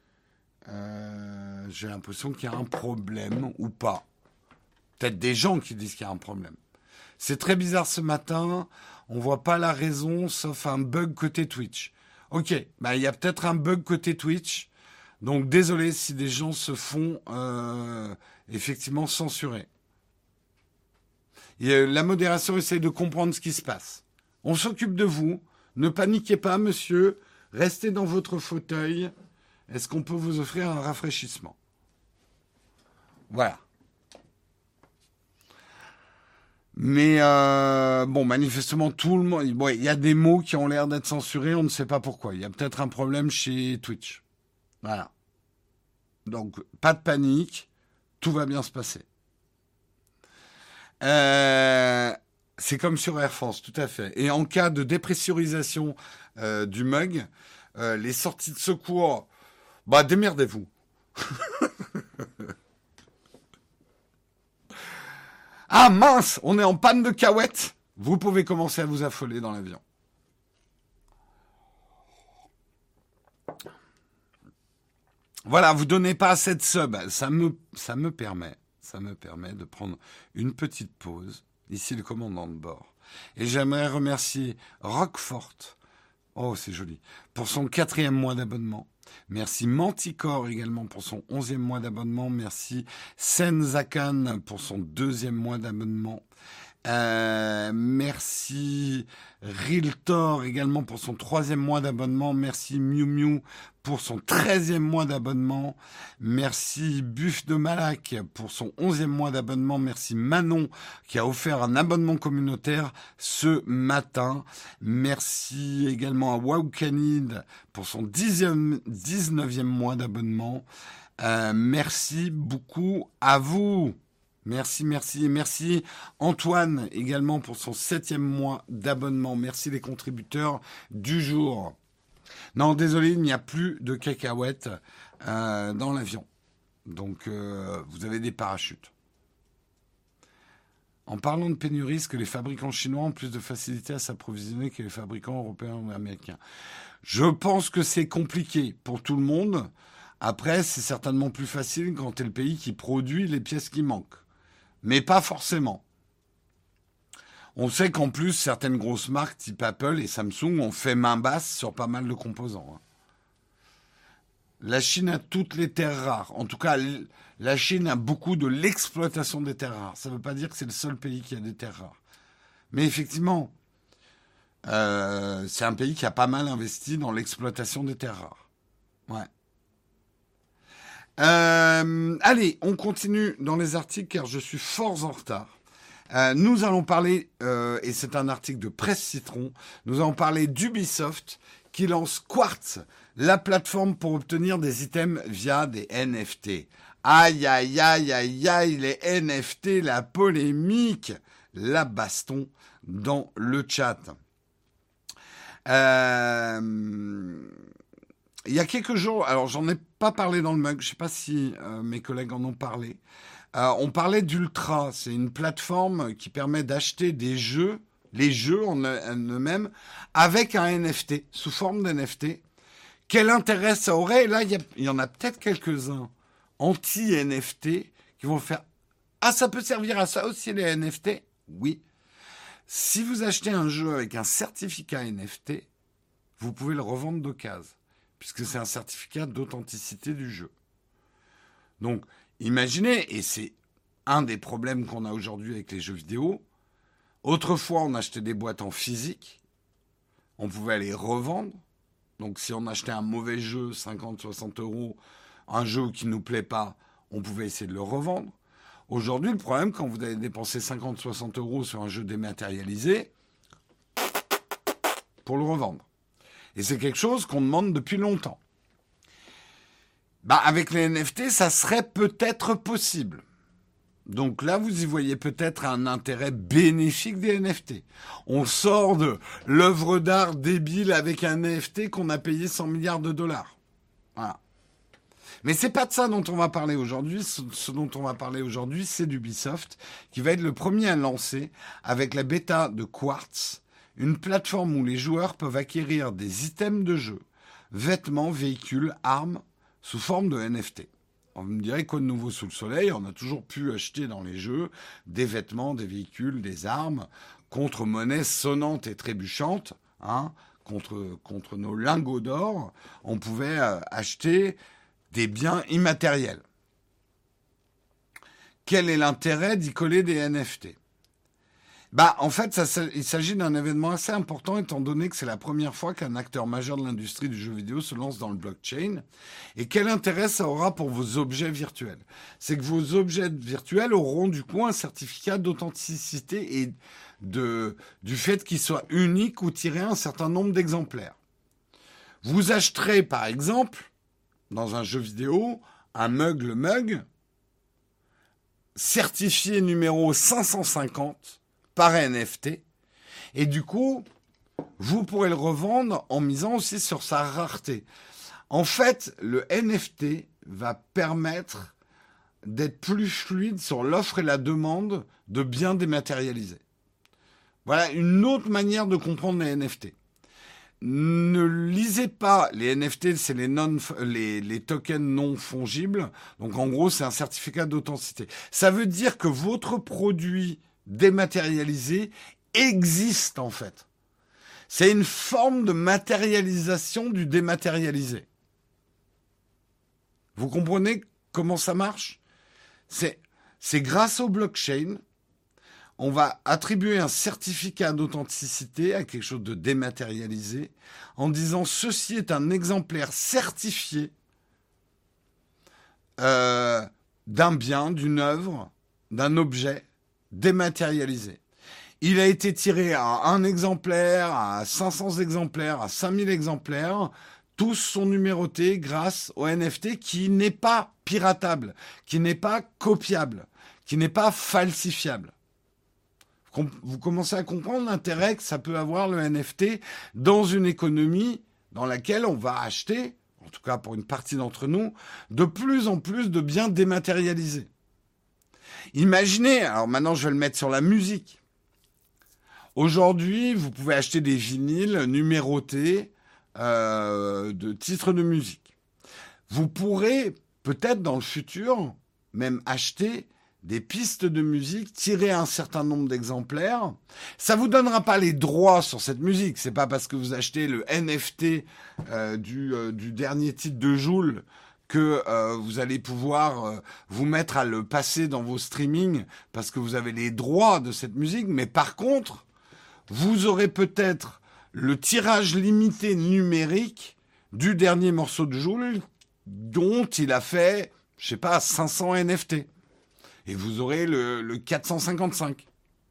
Speaker 1: Euh, j'ai l'impression qu'il y a un problème ou pas. Peut-être des gens qui disent qu'il y a un problème. C'est très bizarre ce matin. On voit pas la raison, sauf un bug côté Twitch. Ok, bah il y a peut-être un bug côté Twitch. Donc désolé si des gens se font euh, effectivement censurer. Et, euh, la modération essaye de comprendre ce qui se passe. On s'occupe de vous. Ne paniquez pas, monsieur. Restez dans votre fauteuil. Est-ce qu'on peut vous offrir un rafraîchissement? Voilà. Mais euh, bon, manifestement, tout le monde... Bon, il y a des mots qui ont l'air d'être censurés. On ne sait pas pourquoi. Il y a peut-être un problème chez Twitch. Voilà. Donc, pas de panique. Tout va bien se passer. Euh, c'est comme sur Air France, tout à fait. Et en cas de dépressurisation euh, du mug, euh, les sorties de secours, bah démerdez-vous. Ah mince, on est en panne de cahuètes. Vous pouvez commencer à vous affoler dans l'avion. Voilà, vous donnez pas assez de sub. Ça me, ça me permet, ça me permet de prendre une petite pause. Ici, le commandant de bord. Et j'aimerais remercier Roquefort. Oh, c'est joli. Pour son quatrième mois d'abonnement. Merci Manticore également pour son onzième mois d'abonnement. Merci Senzakan pour son deuxième mois d'abonnement. Euh, merci Realtor également pour son troisième mois d'abonnement. Merci Miu Miu pour son treizième mois d'abonnement. Merci Buff de Malak pour son onzième mois d'abonnement. Merci Manon qui a offert un abonnement communautaire ce matin. Merci également à Waukanid pour son dixième, dix-neuvième mois d'abonnement. Euh, merci beaucoup à vous. Merci, merci, merci Antoine également pour son septième mois d'abonnement. Merci les contributeurs du jour. Non, désolé, il n'y a plus de cacahuètes euh, dans l'avion. Donc, euh, vous avez des parachutes. En parlant de pénurie, est-ce que les fabricants chinois ont plus de facilité à s'approvisionner que les fabricants européens ou américains? Je pense que c'est compliqué pour tout le monde. Après, c'est certainement plus facile quand tu es le pays qui produit les pièces qui manquent. Mais pas forcément. On sait qu'en plus, certaines grosses marques type Apple et Samsung ont fait main basse sur pas mal de composants. La Chine a toutes les terres rares. En tout cas, la Chine a beaucoup de l'exploitation des terres rares. Ça ne veut pas dire que c'est le seul pays qui a des terres rares. Mais effectivement, euh, c'est un pays qui a pas mal investi dans l'exploitation des terres rares. Ouais. Euh, allez, on continue dans les articles car je suis fort en retard. Euh, nous allons parler, euh, et c'est un article de Presse Citron, nous allons parler d'Ubisoft qui lance Quartz, la plateforme pour obtenir des items via des N F T. Aïe, aïe, aïe, aïe, aïe, les N F T, la polémique, la baston dans le chat. Euh, il y a quelques jours, alors j'en ai pas parlé dans le mug, je sais pas si euh, mes collègues en ont parlé. Euh, on parlait d'Ultra, c'est une plateforme qui permet d'acheter des jeux, les jeux en eux-mêmes, avec un N F T, sous forme d'N F T. Quel intérêt ça aurait? Et là, il y, y en a peut-être quelques-uns anti-N F T qui vont faire « Ah, ça peut servir à ça aussi les N F T ?» Oui. Si vous achetez un jeu avec un certificat N F T, vous pouvez le revendre d'occasion, puisque c'est un certificat d'authenticité du jeu. Donc, imaginez, et c'est un des problèmes qu'on a aujourd'hui avec les jeux vidéo, autrefois on achetait des boîtes en physique, on pouvait les revendre. Donc si on achetait un mauvais jeu, cinquante à soixante euros, un jeu qui ne nous plaît pas, on pouvait essayer de le revendre. Aujourd'hui, le problème, quand vous avez dépensé cinquante à soixante euros sur un jeu dématérialisé, pour le revendre. Et c'est quelque chose qu'on demande depuis longtemps. Bah, avec les N F T, ça serait peut-être possible. Donc là, vous y voyez peut-être un intérêt bénéfique des N F T. On sort de l'œuvre d'art débile avec un N F T qu'on a payé cent milliards de dollars. Voilà. Mais c'est pas de ça dont on va parler aujourd'hui. Ce dont on va parler aujourd'hui, c'est d'Ubisoft, qui va être le premier à lancer, avec la bêta de Quartz, une plateforme où les joueurs peuvent acquérir des items de jeu, vêtements, véhicules, armes, sous forme de N F T. On me dirait quoi de nouveau sous le soleil? On a toujours pu acheter dans les jeux des vêtements, des véhicules, des armes, contre monnaie sonnante et trébuchante, hein, contre, contre nos lingots d'or. On pouvait euh, acheter des biens immatériels. Quel est l'intérêt d'y coller des N F T? Bah, en fait, ça, il s'agit d'un événement assez important, étant donné que c'est la première fois qu'un acteur majeur de l'industrie du jeu vidéo se lance dans le blockchain. Et quel intérêt ça aura pour vos objets virtuels? C'est que vos objets virtuels auront du coup un certificat d'authenticité et de, du fait qu'ils soient uniques ou tirés un certain nombre d'exemplaires. Vous acheterez, par exemple, dans un jeu vidéo, un mug le mug, certifié numéro cinq cent cinquante, par N F T, et du coup, vous pourrez le revendre en misant aussi sur sa rareté. En fait, le N F T va permettre d'être plus fluide sur l'offre et la demande de biens dématérialisés. Voilà une autre manière de comprendre les N F T. Ne lisez pas les N F T, c'est les, non, les, les tokens non fongibles. Donc en gros, c'est un certificat d'authenticité. Ça veut dire que votre produit dématérialisé existe en fait. C'est une forme de matérialisation du dématérialisé. Vous comprenez comment ça marche? C'est, c'est grâce au blockchain, on va attribuer un certificat d'authenticité à quelque chose de dématérialisé en disant ceci est un exemplaire certifié euh, d'un bien, d'une œuvre, d'un objet dématérialisé. Il a été tiré à un exemplaire, à cinq cents exemplaires, à cinq mille exemplaires. Tous sont numérotés grâce au N F T qui n'est pas piratable, qui n'est pas copiable, qui n'est pas falsifiable. Vous commencez à comprendre l'intérêt que ça peut avoir le N F T dans une économie dans laquelle on va acheter, en tout cas pour une partie d'entre nous, de plus en plus de biens dématérialisés. Imaginez, alors maintenant je vais le mettre sur la musique. Aujourd'hui, vous pouvez acheter des vinyles numérotés euh, de titres de musique. Vous pourrez peut-être dans le futur même acheter des pistes de musique, tirer un certain nombre d'exemplaires. Ça vous donnera pas les droits sur cette musique. C'est pas parce que vous achetez le N F T euh, du, euh, du dernier titre de Jul que euh, vous allez pouvoir euh, vous mettre à le passer dans vos streamings parce que vous avez les droits de cette musique. Mais par contre, vous aurez peut-être le tirage limité numérique du dernier morceau de Jul dont il a fait, je sais pas, cinq cents N F T. Et vous aurez le, le quatre cent cinquante-cinq.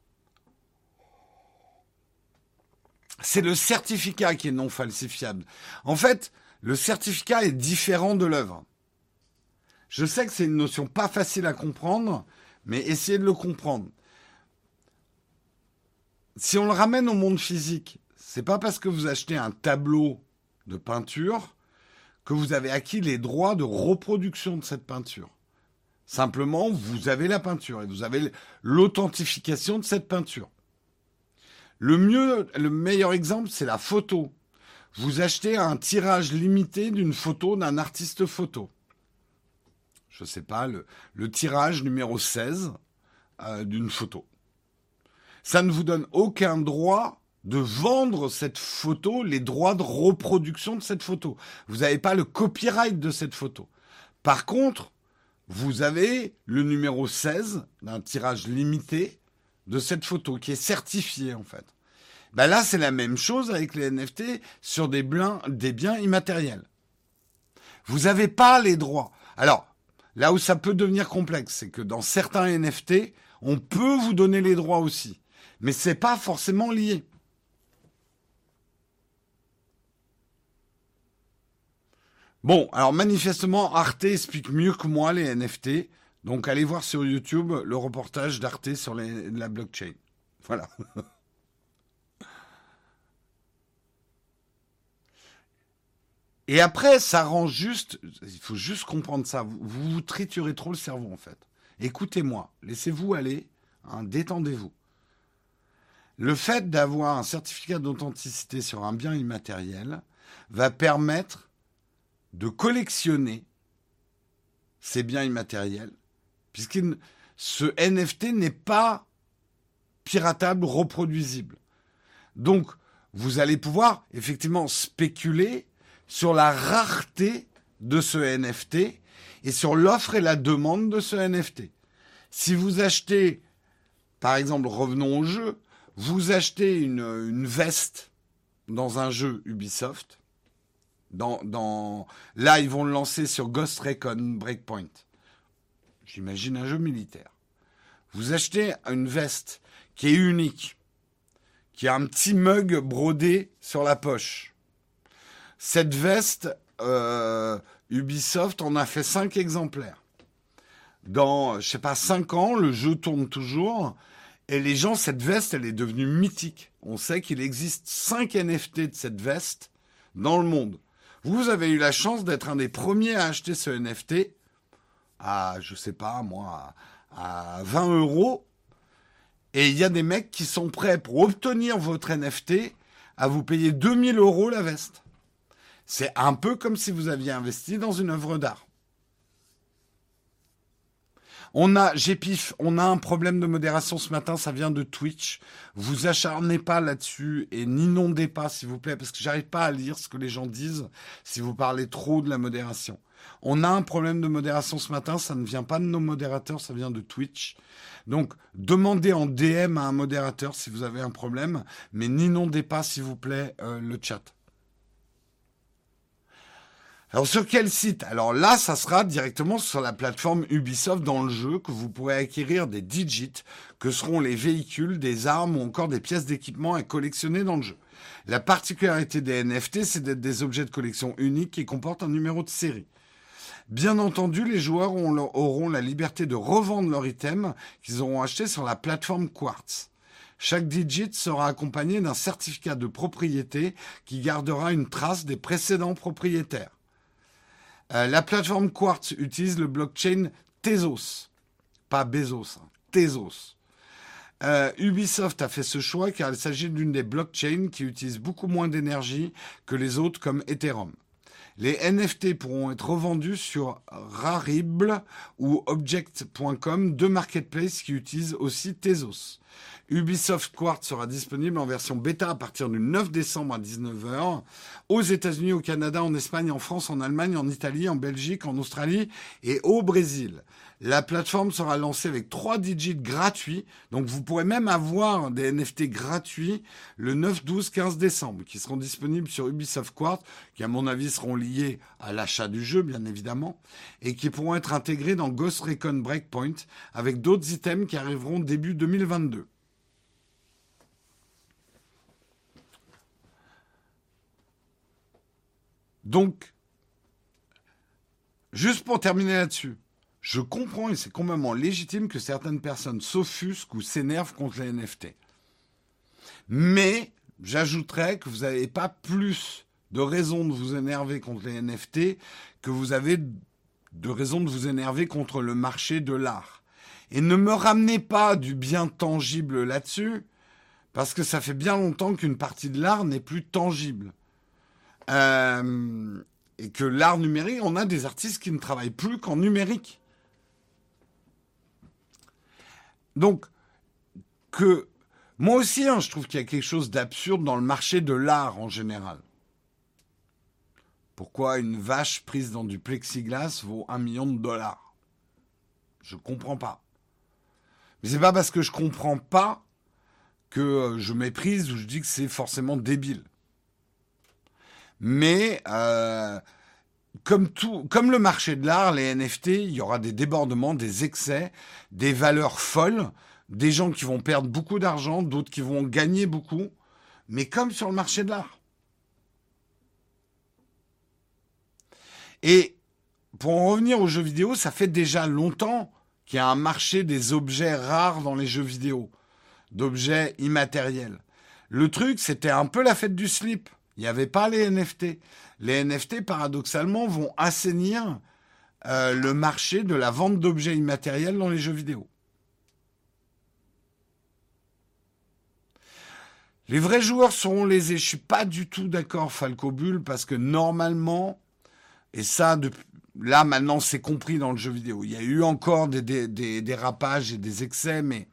Speaker 1: C'est le certificat qui est non falsifiable. En fait, le certificat est différent de l'œuvre. Je sais que c'est une notion pas facile à comprendre, mais essayez de le comprendre. Si on le ramène au monde physique, c'est pas parce que vous achetez un tableau de peinture que vous avez acquis les droits de reproduction de cette peinture. Simplement, vous avez la peinture et vous avez l'authentification de cette peinture. Le mieux, le meilleur exemple, c'est la photo. Vous achetez un tirage limité d'une photo d'un artiste photo. Je ne sais pas, le, le tirage numéro seize euh, d'une photo. Ça ne vous donne aucun droit de vendre cette photo, les droits de reproduction de cette photo. Vous n'avez pas le copyright de cette photo. Par contre, vous avez le numéro seize d'un tirage limité de cette photo qui est certifié en fait. Ben là, c'est la même chose avec les N F T sur des, biens, des biens immatériels. Vous n'avez pas les droits. Alors, là où ça peut devenir complexe, c'est que dans certains N F T, on peut vous donner les droits aussi. Mais ce n'est pas forcément lié. Bon, alors manifestement, Arte explique mieux que moi les N F T. Donc allez voir sur YouTube le reportage d'Arte sur les, la blockchain. Voilà. Et après, ça rend juste... Il faut juste comprendre ça. Vous vous, vous triturez trop le cerveau, en fait. Écoutez-moi. Laissez-vous aller. Hein, détendez-vous. Le fait d'avoir un certificat d'authenticité sur un bien immatériel va permettre de collectionner ces biens immatériels, puisque ce N F T n'est pas piratable, reproduisible. Donc, vous allez pouvoir effectivement spéculer sur la rareté de ce N F T et sur l'offre et la demande de ce N F T. Si vous achetez, par exemple, revenons au jeu, vous achetez une, une veste dans un jeu Ubisoft, dans, dans, là ils vont le lancer sur Ghost Recon Breakpoint, j'imagine un jeu militaire. Vous achetez une veste qui est unique, qui a un petit mug brodé sur la poche. Cette veste, euh, Ubisoft en a fait cinq exemplaires. Dans, je sais pas, cinq ans, le jeu tourne toujours. Et les gens, cette veste, elle est devenue mythique. On sait qu'il existe cinq N F T de cette veste dans le monde. Vous avez eu la chance d'être un des premiers à acheter ce N F T à, je sais pas, moi, à vingt euros. Et il y a des mecs qui sont prêts pour obtenir votre N F T à vous payer deux mille euros la veste. C'est un peu comme si vous aviez investi dans une œuvre d'art. On a, j'ai pif, on a un problème de modération ce matin, ça vient de Twitch. Vous acharnez pas là-dessus et n'inondez pas, s'il vous plaît, parce que j'arrive pas à lire ce que les gens disent si vous parlez trop de la modération. On a un problème de modération ce matin, ça ne vient pas de nos modérateurs, ça vient de Twitch. Donc, demandez en D M à un modérateur si vous avez un problème, mais n'inondez pas, s'il vous plaît, euh, le chat. Alors sur quel site? Alors là, ça sera directement sur la plateforme Ubisoft dans le jeu que vous pourrez acquérir des digits, que seront les véhicules, des armes ou encore des pièces d'équipement à collectionner dans le jeu. La particularité des N F T, c'est d'être des objets de collection uniques qui comportent un numéro de série. Bien entendu, les joueurs auront la liberté de revendre leur item qu'ils auront acheté sur la plateforme Quartz. Chaque digit sera accompagné d'un certificat de propriété qui gardera une trace des précédents propriétaires. Euh, la plateforme Quartz utilise le blockchain Tezos, pas Bezos, hein, Tezos. Euh, Ubisoft a fait ce choix car il s'agit d'une des blockchains qui utilisent beaucoup moins d'énergie que les autres comme Ethereum. Les N F T pourront être revendus sur Rarible ou Object point com, deux marketplaces qui utilisent aussi Tezos. Ubisoft Quartz sera disponible en version bêta à partir du neuf décembre à dix-neuf heures aux États-Unis, au Canada, en Espagne, en France, en Allemagne, en Italie, en Belgique, en Australie et au Brésil. La plateforme sera lancée avec trois digits gratuits, donc vous pourrez même avoir des N F T gratuits le neuf, douze, quinze décembre, qui seront disponibles sur Ubisoft Quartz, qui à mon avis seront liés à l'achat du jeu, bien évidemment, et qui pourront être intégrés dans Ghost Recon Breakpoint avec d'autres items qui arriveront début deux mille vingt-deux. Donc, juste pour terminer là-dessus, je comprends et c'est complètement légitime que certaines personnes s'offusquent ou s'énervent contre les N F T. Mais j'ajouterais que vous n'avez pas plus de raisons de vous énerver contre les N F T que vous avez de raisons de vous énerver contre le marché de l'art. Et ne me ramenez pas du bien tangible là-dessus, parce que ça fait bien longtemps qu'une partie de l'art n'est plus tangible. Euh, et que l'art numérique, on a des artistes qui ne travaillent plus qu'en numérique. Donc, que moi aussi, hein, je trouve qu'il y a quelque chose d'absurde dans le marché de l'art en général. Pourquoi une vache prise dans du plexiglas vaut un million de dollars? Je comprends pas. Mais c'est pas parce que je comprends pas que je méprise ou je dis que c'est forcément débile. Mais euh, comme tout, comme le marché de l'art, les N F T, il y aura des débordements, des excès, des valeurs folles, des gens qui vont perdre beaucoup d'argent, d'autres qui vont gagner beaucoup, mais comme sur le marché de l'art. Et pour en revenir aux jeux vidéo, ça fait déjà longtemps qu'il y a un marché des objets rares dans les jeux vidéo, d'objets immatériels. Le truc, c'était un peu la fête du slip. Il n'y avait pas les N F T. Les N F T, paradoxalement, vont assainir euh, le marché de la vente d'objets immatériels dans les jeux vidéo. Les vrais joueurs seront lésés. Je ne suis pas du tout d'accord, Falco Bull, parce que normalement, et ça, depuis, là, maintenant, c'est compris dans le jeu vidéo. Il y a eu encore des, des, des dérapages et des excès, mais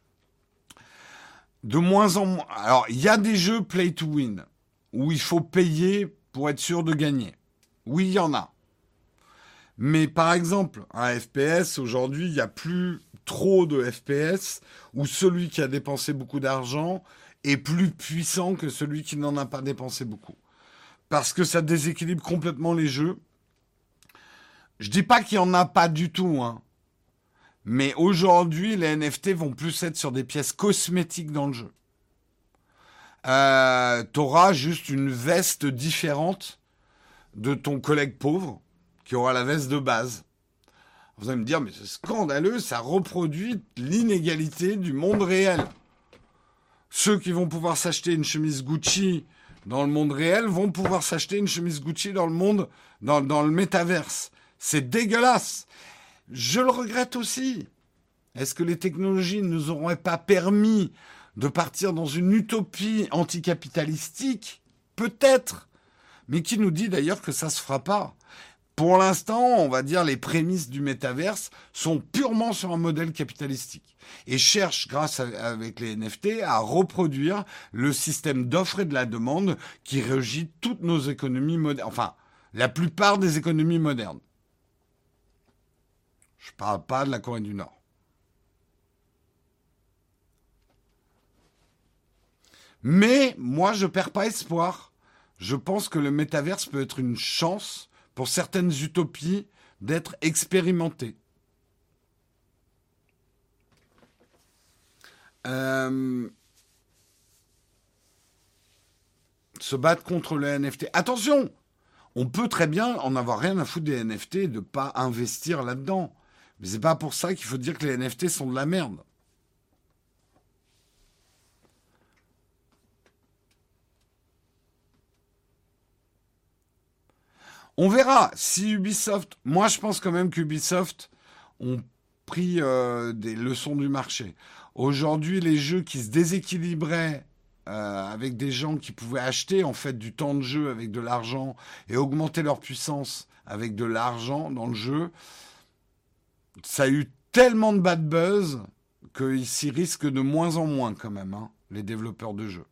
Speaker 1: de moins en moins. Alors, il y a des jeux play to win, où il faut payer pour être sûr de gagner. Oui, il y en a. Mais par exemple, un F P S, aujourd'hui, il n'y a plus trop de F P S où celui qui a dépensé beaucoup d'argent est plus puissant que celui qui n'en a pas dépensé beaucoup. Parce que ça déséquilibre complètement les jeux. Je dis pas qu'il n'y en a pas du tout, hein. Mais aujourd'hui, les N F T vont plus être sur des pièces cosmétiques dans le jeu. Euh, t'auras juste une veste différente de ton collègue pauvre qui aura la veste de base. Vous allez me dire, mais c'est scandaleux, ça reproduit l'inégalité du monde réel. Ceux qui vont pouvoir s'acheter une chemise Gucci dans le monde réel vont pouvoir s'acheter une chemise Gucci dans le monde, dans, dans le métaverse. C'est dégueulasse. Je le regrette aussi. Est-ce que les technologies ne nous auraient pas permis de partir dans une utopie anticapitalistique? Peut-être. Mais qui nous dit d'ailleurs que ça ne se fera pas? Pour l'instant, on va dire les prémices du métaverse sont purement sur un modèle capitalistique et cherchent, grâce à, avec les N F T, à reproduire le système d'offre et de la demande qui régit toutes nos économies modernes, enfin, la plupart des économies modernes. Je ne parle pas de la Corée du Nord. Mais moi, je ne perds pas espoir. Je pense que le métaverse peut être une chance pour certaines utopies d'être expérimentées. Euh, se battre contre le N F T. Attention, on peut très bien en avoir rien à foutre des N F T et de ne pas investir là-dedans. Mais c'est pas pour ça qu'il faut dire que les N F T sont de la merde. On verra si Ubisoft... Moi, je pense quand même qu'Ubisoft ont pris euh, des leçons du marché. Aujourd'hui, les jeux qui se déséquilibraient euh, avec des gens qui pouvaient acheter en fait du temps de jeu avec de l'argent et augmenter leur puissance avec de l'argent dans le jeu, ça a eu tellement de bad buzz qu'ils s'y risquent de moins en moins quand même, hein, les développeurs de jeux.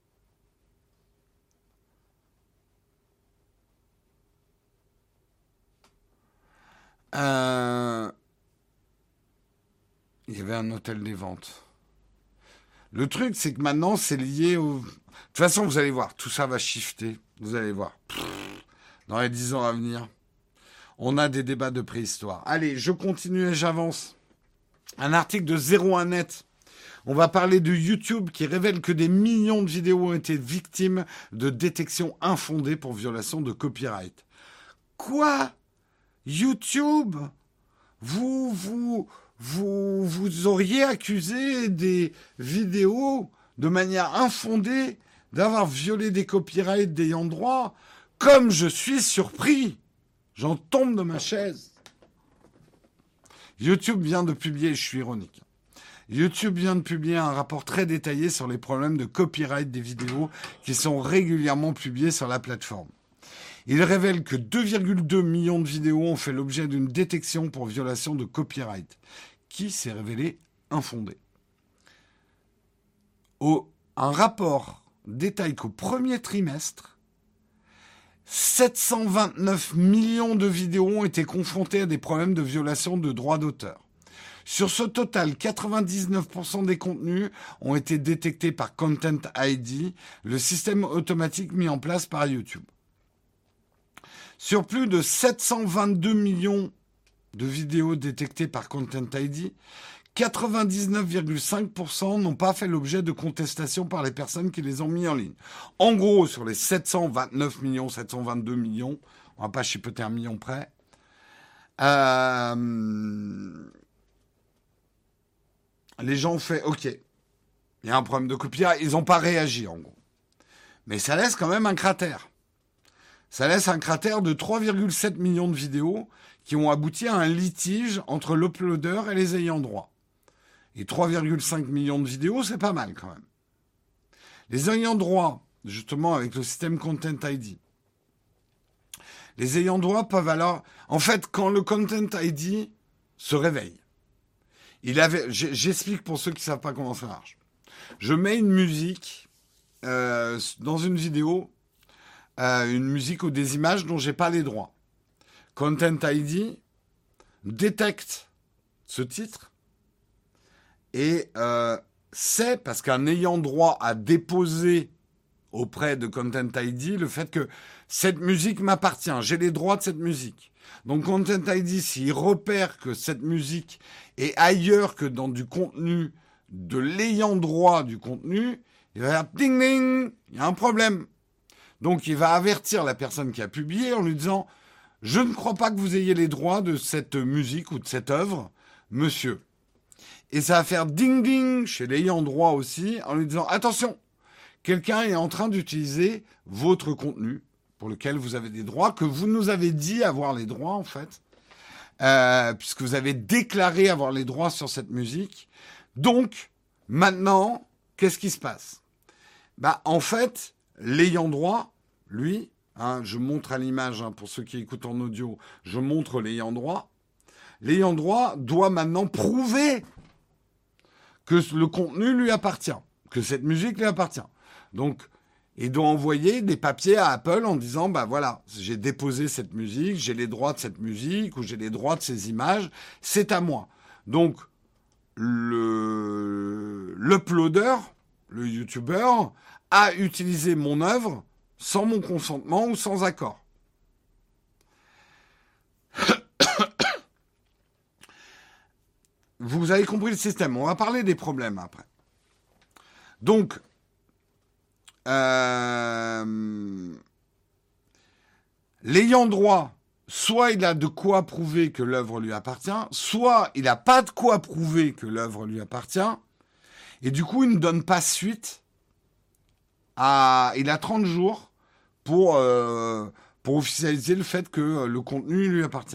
Speaker 1: Euh... Il y avait un hôtel des ventes. Le truc, c'est que maintenant, c'est lié au... De toute façon, vous allez voir, tout ça va shifter. Vous allez voir. Dans les dix ans à venir, on a des débats de préhistoire. Allez, je continue et j'avance. Un article de zéro un net. On va parler de YouTube qui révèle que des millions de vidéos ont été victimes de détections infondées pour violation de copyright. Quoi ? YouTube, vous, vous, vous, vous auriez accusé des vidéos de manière infondée d'avoir violé des copyrights d'ayant droit. Comme je suis surpris, j'en tombe de ma chaise. YouTube vient de publier, je suis ironique, YouTube vient de publier un rapport très détaillé sur les problèmes de copyright des vidéos qui sont régulièrement publiées sur la plateforme. Il révèle que deux virgule deux millions de vidéos ont fait l'objet d'une détection pour violation de copyright, qui s'est révélé infondée. Au, un rapport détaille qu'au premier trimestre, sept cent vingt-neuf millions de vidéos ont été confrontées à des problèmes de violation de droits d'auteur. Sur ce total, quatre-vingt-dix-neuf pour cent des contenus ont été détectés par Content I D, le système automatique mis en place par YouTube. Sur plus de sept cent vingt-deux millions de vidéos détectées par Content I D, quatre-vingt-dix-neuf virgule cinq pour cent n'ont pas fait l'objet de contestation par les personnes qui les ont mis en ligne. En gros, sur les sept cent vingt-neuf millions, sept cent vingt-deux millions, on va pas chipoter un million près, euh, les gens ont fait « Ok, il y a un problème de copyright », ils n'ont pas réagi en gros. Mais ça laisse quand même un cratère. Ça laisse un cratère de trois virgule sept millions de vidéos qui ont abouti à un litige entre l'uploader et les ayants droit. Et trois virgule cinq millions de vidéos, c'est pas mal quand même. Les ayants droit, justement avec le système Content I D, les ayants droit peuvent alors... En fait, quand le Content I D se réveille, il avait... J'explique pour ceux qui ne savent pas comment ça marche. Je mets une musique euh, dans une vidéo, euh, une musique ou des images dont j'ai pas les droits. Content I D détecte ce titre et euh, sait, parce qu'un ayant droit a déposé auprès de Content I D le fait que cette musique m'appartient, j'ai les droits de cette musique. Donc Content I D, s'il repère que cette musique est ailleurs que dans du contenu de l'ayant droit du contenu, il va dire ding ding, il y a un problème. Donc il va avertir la personne qui a publié en lui disant « Je ne crois pas que vous ayez les droits de cette musique ou de cette œuvre, monsieur. » Et ça va faire ding ding chez l'ayant droit aussi en lui disant « Attention, quelqu'un est en train d'utiliser votre contenu pour lequel vous avez des droits, que vous nous avez dit avoir les droits en fait, euh, puisque vous avez déclaré avoir les droits sur cette musique. Donc, maintenant, qu'est-ce qui se passe ? Bah, en fait, l'ayant droit, lui... Hein, je montre à l'image, hein, pour ceux qui écoutent en audio, je montre l'ayant droit. L'ayant droit doit maintenant prouver que le contenu lui appartient, que cette musique lui appartient. Donc, il doit envoyer des papiers à Apple en disant, bah voilà, j'ai déposé cette musique, j'ai les droits de cette musique ou j'ai les droits de ces images, c'est à moi. Donc, le l'uploader, le YouTuber, a utilisé mon œuvre sans mon consentement ou sans accord. Vous avez compris le système. On va parler des problèmes après. Donc, euh, l'ayant droit, soit il a de quoi prouver que l'œuvre lui appartient, soit il n'a pas de quoi prouver que l'œuvre lui appartient, et du coup, il ne donne pas suite à... Il a trente jours pour, euh, pour officialiser le fait que le contenu lui appartient.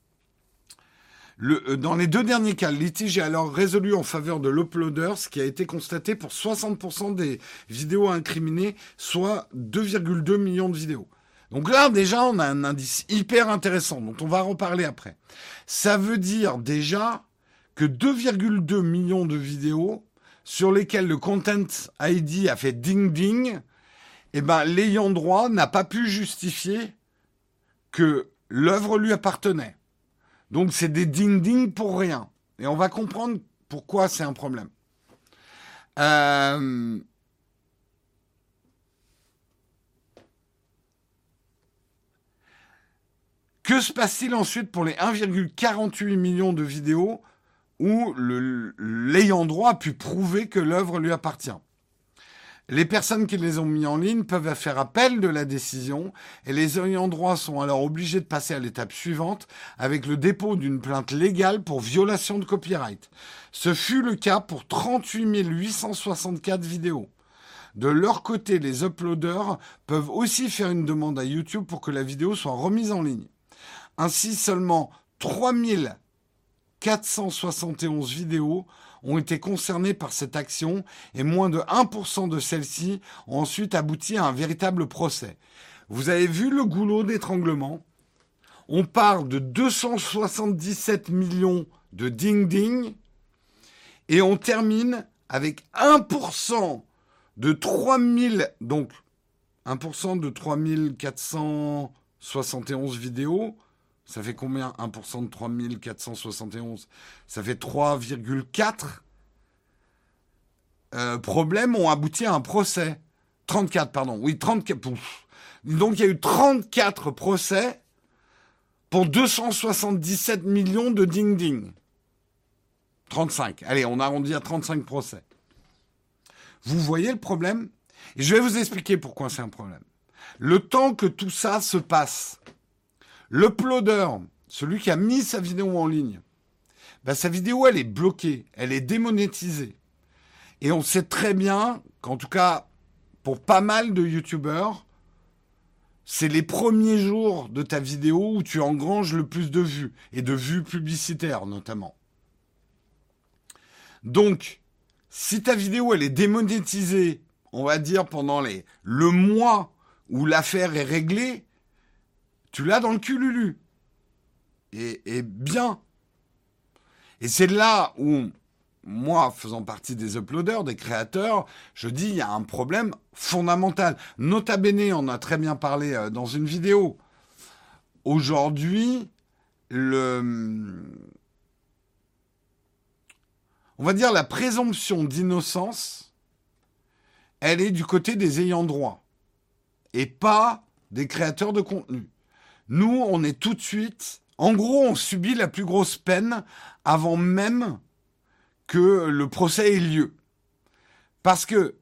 Speaker 1: Le, dans les deux derniers cas, le litige est alors résolu en faveur de l'uploader, ce qui a été constaté pour soixante pour cent des vidéos incriminées, soit deux virgule deux millions de vidéos. Donc là, déjà, on a un indice hyper intéressant, dont on va reparler après. Ça veut dire déjà que deux virgule deux millions de vidéos sur lesquelles le Content I D a fait ding-ding, eh ben, l'ayant droit n'a pas pu justifier que l'œuvre lui appartenait. Donc, c'est des ding-ding pour rien. Et on va comprendre pourquoi c'est un problème. Euh... Que se passe-t-il ensuite pour les un virgule quarante-huit millions de vidéos où le, l'ayant droit a pu prouver que l'œuvre lui appartient ? Les personnes qui les ont mis en ligne peuvent faire appel de la décision et les ayants droit sont alors obligés de passer à l'étape suivante avec le dépôt d'une plainte légale pour violation de copyright. Ce fut le cas pour trente-huit mille huit cent soixante-quatre vidéos. De leur côté, les uploaders peuvent aussi faire une demande à YouTube pour que la vidéo soit remise en ligne. Ainsi, seulement trois mille quatre cent soixante et onze vidéos ont été concernées par cette action et moins de un pour cent de celles-ci ont ensuite abouti à un véritable procès. Vous avez vu le goulot d'étranglement ? On parle de deux cent soixante-dix-sept millions de ding-ding et on termine avec un pour cent de trois mille, donc un pour cent de trois mille quatre cent soixante et onze vidéos. Ça fait combien ? un pour cent de trois mille quatre cent soixante et onze. Ça fait trois virgule quatre. Euh, problèmes ont abouti à un procès. trente-quatre, pardon. Oui, trente-quatre. Pouf. Donc, il y a eu trente-quatre procès pour deux cent soixante-dix-sept millions de ding-ding. trente-cinq. Allez, on arrondit à trente-cinq procès. Vous voyez le problème ? Et je vais vous expliquer pourquoi c'est un problème. Le temps que tout ça se passe, l'uploader, celui qui a mis sa vidéo en ligne, bah, sa vidéo, elle est bloquée, elle est démonétisée. Et on sait très bien qu'en tout cas, pour pas mal de youtubeurs, c'est les premiers jours de ta vidéo où tu engranges le plus de vues, et de vues publicitaires notamment. Donc, si ta vidéo, elle est démonétisée, on va dire pendant les, le mois où l'affaire est réglée, tu l'as dans le cul, Lulu. Et, et bien. Et c'est là où, moi, faisant partie des uploaders, des créateurs, je dis il y a un problème fondamental. Nota bene, on a très bien parlé euh, dans une vidéo. Aujourd'hui, le... on va dire la présomption d'innocence, elle est du côté des ayants droit et pas des créateurs de contenu. Nous, on est tout de suite... En gros, on subit la plus grosse peine avant même que le procès ait lieu. Parce que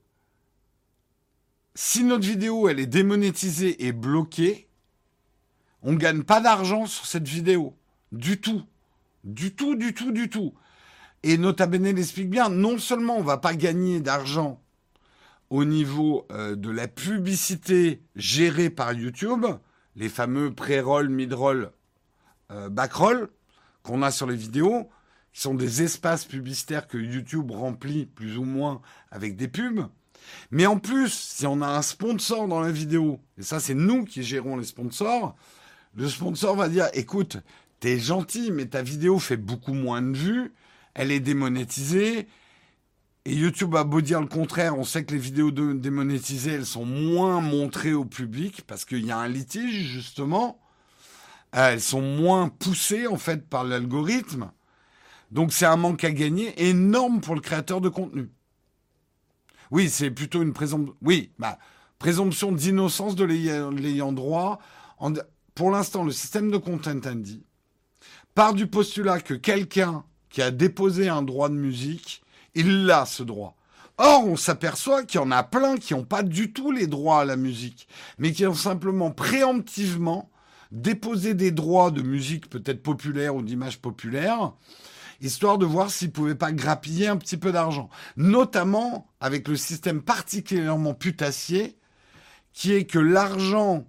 Speaker 1: si notre vidéo, elle est démonétisée et bloquée, on ne gagne pas d'argent sur cette vidéo. Du tout. Du tout, du tout, du tout. Et Nota Bene l'explique bien, non seulement on ne va pas gagner d'argent au niveau euh, de la publicité gérée par YouTube, les fameux pré-roll, mid-roll, euh, back-roll qu'on a sur les vidéos, qui sont des espaces publicitaires que YouTube remplit plus ou moins avec des pubs. Mais en plus, si on a un sponsor dans la vidéo, et ça c'est nous qui gérons les sponsors, le sponsor va dire, écoute, t'es gentil, mais ta vidéo fait beaucoup moins de vues, elle est démonétisée, et YouTube a beau dire le contraire, on sait que les vidéos de, démonétisées, elles sont moins montrées au public, parce qu'il y a un litige, justement. Euh, elles sont moins poussées, en fait, par l'algorithme. Donc, c'est un manque à gagner énorme pour le créateur de contenu. Oui, c'est plutôt une présomption... Oui, bah, présomption d'innocence de l'ayant droit. En... Pour l'instant, le système de Content I D part du postulat que quelqu'un qui a déposé un droit de musique, il a ce droit. Or, on s'aperçoit qu'il y en a plein qui n'ont pas du tout les droits à la musique, mais qui ont simplement préemptivement déposé des droits de musique peut-être populaire ou d'image populaire, histoire de voir s'ils ne pouvaient pas grappiller un petit peu d'argent. Notamment avec le système particulièrement putassier, qui est que l'argent,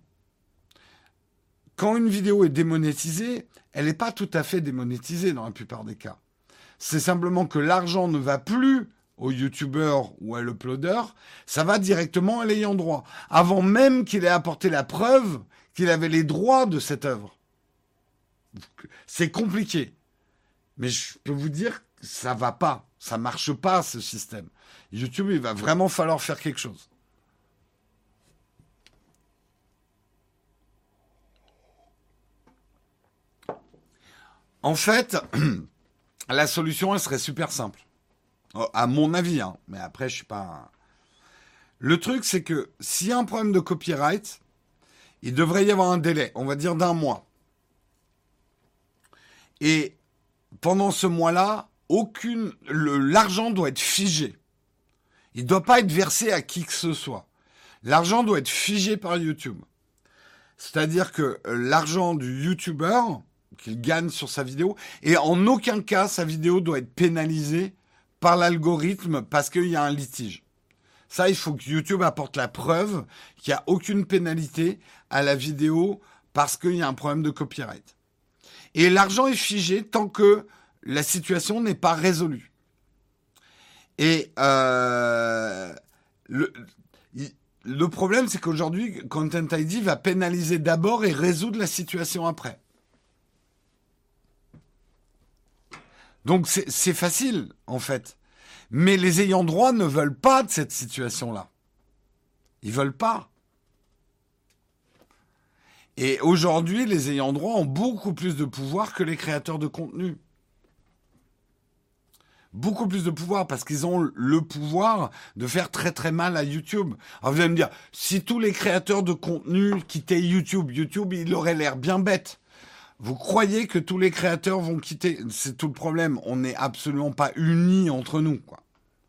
Speaker 1: quand une vidéo est démonétisée, elle n'est pas tout à fait démonétisée dans la plupart des cas. C'est simplement que l'argent ne va plus au youtubeur ou à l'uploader, ça va directement à l'ayant droit, avant même qu'il ait apporté la preuve qu'il avait les droits de cette œuvre. C'est compliqué. Mais je peux vous dire que ça va pas, ça marche pas ce système. YouTube, il va vraiment falloir faire quelque chose. En fait, la solution, elle serait super simple. À mon avis, hein. Mais après, je suis pas... Le truc, c'est que s'il y a un problème de copyright, il devrait y avoir un délai, on va dire d'un mois. Et pendant ce mois-là, aucune... Le... l'argent doit être figé. Il ne doit pas être versé à qui que ce soit. L'argent doit être figé par YouTube. C'est-à-dire que l'argent du YouTuber qu'il gagne sur sa vidéo, et en aucun cas sa vidéo doit être pénalisée par l'algorithme parce qu'il y a un litige. Ça, il faut que YouTube apporte la preuve qu'il n'y a aucune pénalité à la vidéo parce qu'il y a un problème de copyright. Et l'argent est figé tant que la situation n'est pas résolue. Et euh, le, le problème, c'est qu'aujourd'hui, Content I D va pénaliser d'abord et résoudre la situation après. Donc c'est, c'est facile, en fait. Mais les ayants droit ne veulent pas de cette situation-là. Ils veulent pas. Et aujourd'hui, les ayants droit ont beaucoup plus de pouvoir que les créateurs de contenu. Beaucoup plus de pouvoir parce qu'ils ont le pouvoir de faire très très mal à YouTube. Alors vous allez me dire, si tous les créateurs de contenu quittaient YouTube, YouTube, il aurait l'air bien bête. Vous croyez que tous les créateurs vont quitter? C'est tout le problème. On n'est absolument pas unis entre nous, quoi.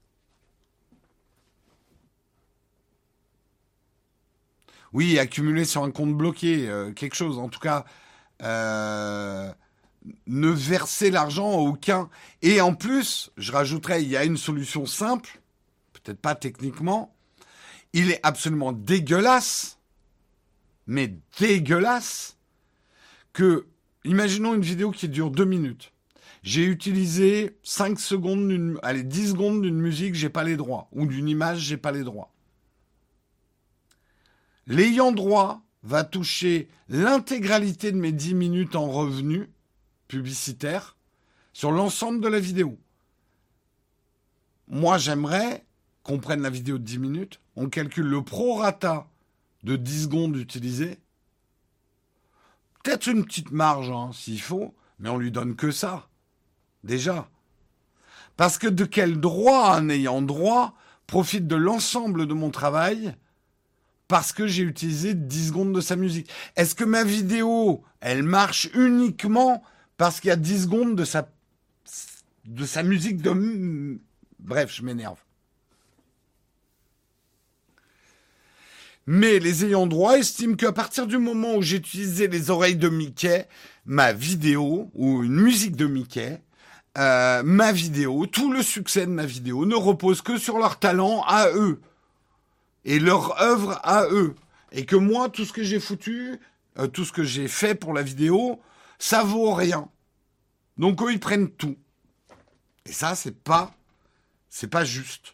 Speaker 1: Oui, accumuler sur un compte bloqué, euh, quelque chose. En tout cas, euh, ne verser l'argent à aucun. Et en plus, je rajouterais, il y a une solution simple, peut-être pas techniquement. Il est absolument dégueulasse, mais dégueulasse, que, imaginons une vidéo qui dure deux minutes. J'ai utilisé cinq secondes, d'une, allez, dix secondes d'une musique, j'ai pas les droits. Ou d'une image, j'ai pas les droits. L'ayant droit va toucher l'intégralité de mes dix minutes en revenus publicitaires sur l'ensemble de la vidéo. Moi, j'aimerais qu'on prenne la vidéo de dix minutes, on calcule le prorata de dix secondes utilisées, peut-être une petite marge, hein, s'il faut, mais on lui donne que ça, déjà. Parce que de quel droit un ayant droit profite de l'ensemble de mon travail parce que j'ai utilisé dix secondes de sa musique? Est-ce que ma vidéo, elle marche uniquement parce qu'il y a dix secondes de sa, de sa musique de... Bref, je m'énerve. Mais les ayants droit estiment qu'à partir du moment où j'ai utilisé les oreilles de Mickey, ma vidéo, ou une musique de Mickey, euh, ma vidéo, tout le succès de ma vidéo ne repose que sur leur talent à eux. Et leur œuvre à eux. Et que moi, tout ce que j'ai foutu, euh, tout ce que j'ai fait pour la vidéo, ça vaut rien. Donc eux, ils prennent tout. Et ça, c'est pas, c'est pas juste.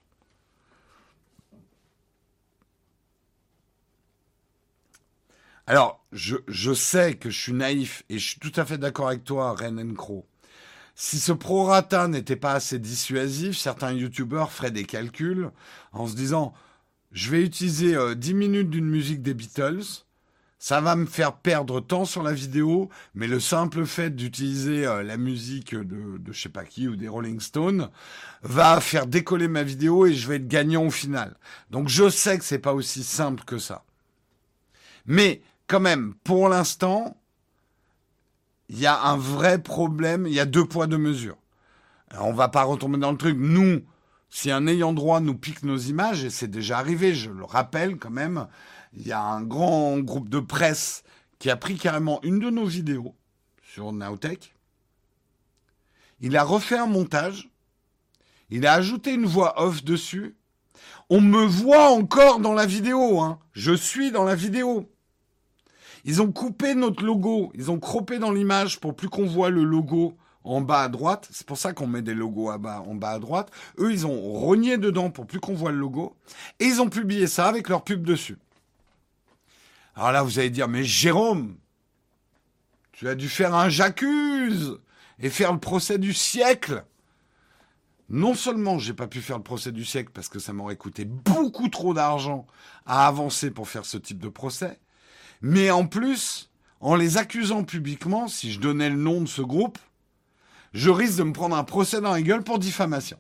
Speaker 1: Alors, je, je sais que je suis naïf et je suis tout à fait d'accord avec toi, Ren Crow. Si ce prorata n'était pas assez dissuasif, certains youtubeurs feraient des calculs en se disant... Je vais utiliser euh, dix minutes d'une musique des Beatles, ça va me faire perdre temps sur la vidéo, mais le simple fait d'utiliser euh, la musique de, de je sais pas qui ou des Rolling Stones va faire décoller ma vidéo et je vais être gagnant au final. Donc je sais que c'est pas aussi simple que ça. Mais quand même, pour l'instant, il y a un vrai problème, il y a deux poids, deux mesures. Alors, on va pas retomber dans le truc, nous... Si un ayant droit nous pique nos images, et c'est déjà arrivé, je le rappelle quand même, il y a un grand groupe de presse qui a pris carrément une de nos vidéos sur Nowtech. Il a refait un montage, il a ajouté une voix off dessus. On me voit encore dans la vidéo, hein. Je suis dans la vidéo. Ils ont coupé notre logo, ils ont croppé dans l'image pour plus qu'on voit le logo en bas à droite, c'est pour ça qu'on met des logos à bas, en bas à droite. Eux, ils ont rogné dedans pour plus qu'on voit le logo. Et ils ont publié ça avec leur pub dessus. Alors là, vous allez dire, mais Jérôme, tu as dû faire un j'accuse et faire le procès du siècle. Non seulement j'ai pas pu faire le procès du siècle parce que ça m'aurait coûté beaucoup trop d'argent à avancer pour faire ce type de procès, mais en plus, en les accusant publiquement, si je donnais le nom de ce groupe, je risque de me prendre un procès dans la gueule pour diffamation.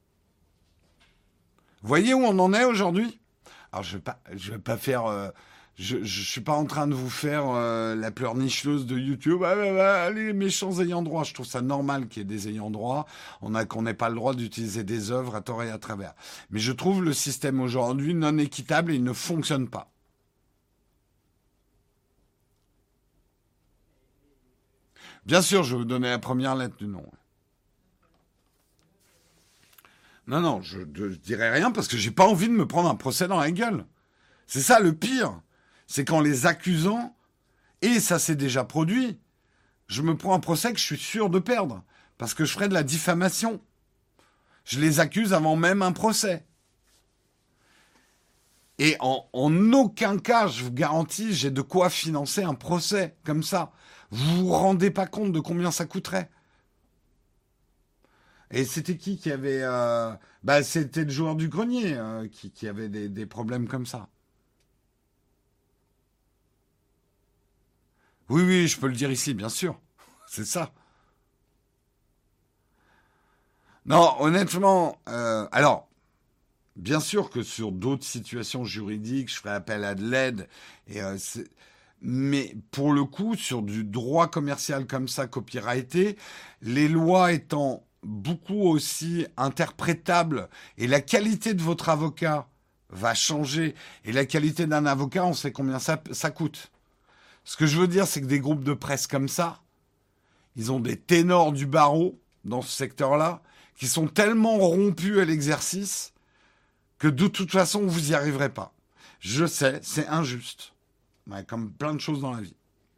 Speaker 1: Vous voyez où on en est aujourd'hui? Alors, je ne vais pas, je vais pas faire euh, Je ne suis pas en train de vous faire euh, la pleurnicheuse de YouTube. Ah, bah, bah, les méchants ayants droit. Je trouve ça normal qu'il y ait des ayants droit. On a qu'on n'ait pas le droit d'utiliser des œuvres à tort et à travers. Mais je trouve le système aujourd'hui non équitable et il ne fonctionne pas. Bien sûr, je vais vous donner la première lettre du nom. Non, non, je ne dirai rien parce que j'ai pas envie de me prendre un procès dans la gueule. C'est ça le pire. C'est qu'en les accusant, et ça s'est déjà produit, je me prends un procès que je suis sûr de perdre, parce que je ferai de la diffamation. Je les accuse avant même un procès. Et en, en aucun cas, je vous garantis, j'ai de quoi financer un procès comme ça. Vous vous rendez pas compte de combien ça coûterait. Et c'était qui qui avait... Euh, bah, c'était le joueur du grenier euh, qui, qui avait des, des problèmes comme ça. Oui, oui, je peux le dire ici, bien sûr. C'est ça. Non, honnêtement, euh, alors, bien sûr que sur d'autres situations juridiques, je ferai appel à de l'aide. Et, euh, c'est- mais pour le coup, sur du droit commercial comme ça, copyrighté, les lois étant beaucoup aussi interprétables et la qualité de votre avocat va changer. Et la qualité d'un avocat, on sait combien ça, ça coûte. Ce que je veux dire, c'est que des groupes de presse comme ça, ils ont des ténors du barreau dans ce secteur-là qui sont tellement rompus à l'exercice que de toute façon, vous n'y arriverez pas. Je sais, c'est injuste. Ouais, comme plein de choses dans la vie.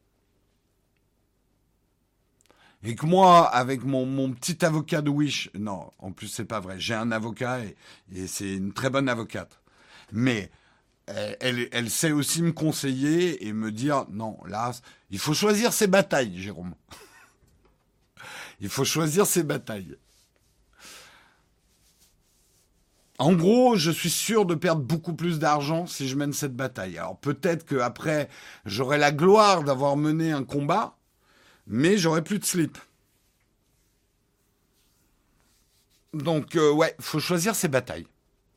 Speaker 1: Et que moi, avec mon, mon petit avocat de Wish, non, en plus, c'est pas vrai. J'ai un avocat et, et c'est une très bonne avocate. Mais elle, elle, elle sait aussi me conseiller et me dire, non, là, il faut choisir ses batailles, Jérôme. Il faut choisir ses batailles. En gros, je suis sûr de perdre beaucoup plus d'argent si je mène cette bataille. Alors peut-être qu'après, j'aurai la gloire d'avoir mené un combat, mais j'aurai plus de slip. Donc euh, ouais, faut choisir ses batailles.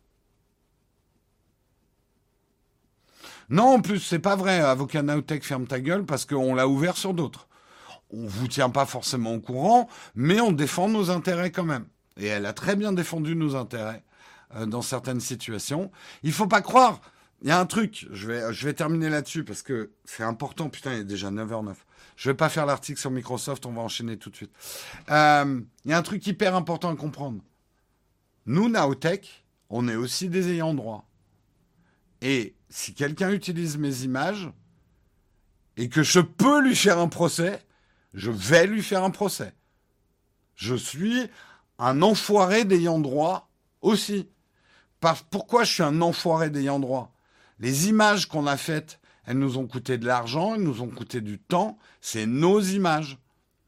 Speaker 1: Non, en plus, c'est pas vrai. Avocat Nowtech, ferme ta gueule parce qu'on l'a ouvert sur d'autres. On vous tient pas forcément au courant, mais on défend nos intérêts quand même. Et elle a très bien défendu nos intérêts euh, dans certaines situations. Il faut pas croire. Il y a un truc, je vais, je vais terminer là-dessus parce que c'est important. Putain, il est déjà neuf heures neuf. Je vais pas faire l'article sur Microsoft, on va enchaîner tout de suite. Euh, il y a un truc hyper important à comprendre. Nous, Nowtech, on est aussi des ayants droit. Et si quelqu'un utilise mes images et que je peux lui faire un procès, je vais lui faire un procès. Je suis un enfoiré d'ayant droit aussi. Par- Pourquoi je suis un enfoiré d'ayant droit? Les images qu'on a faites, elles nous ont coûté de l'argent, elles nous ont coûté du temps. C'est nos images.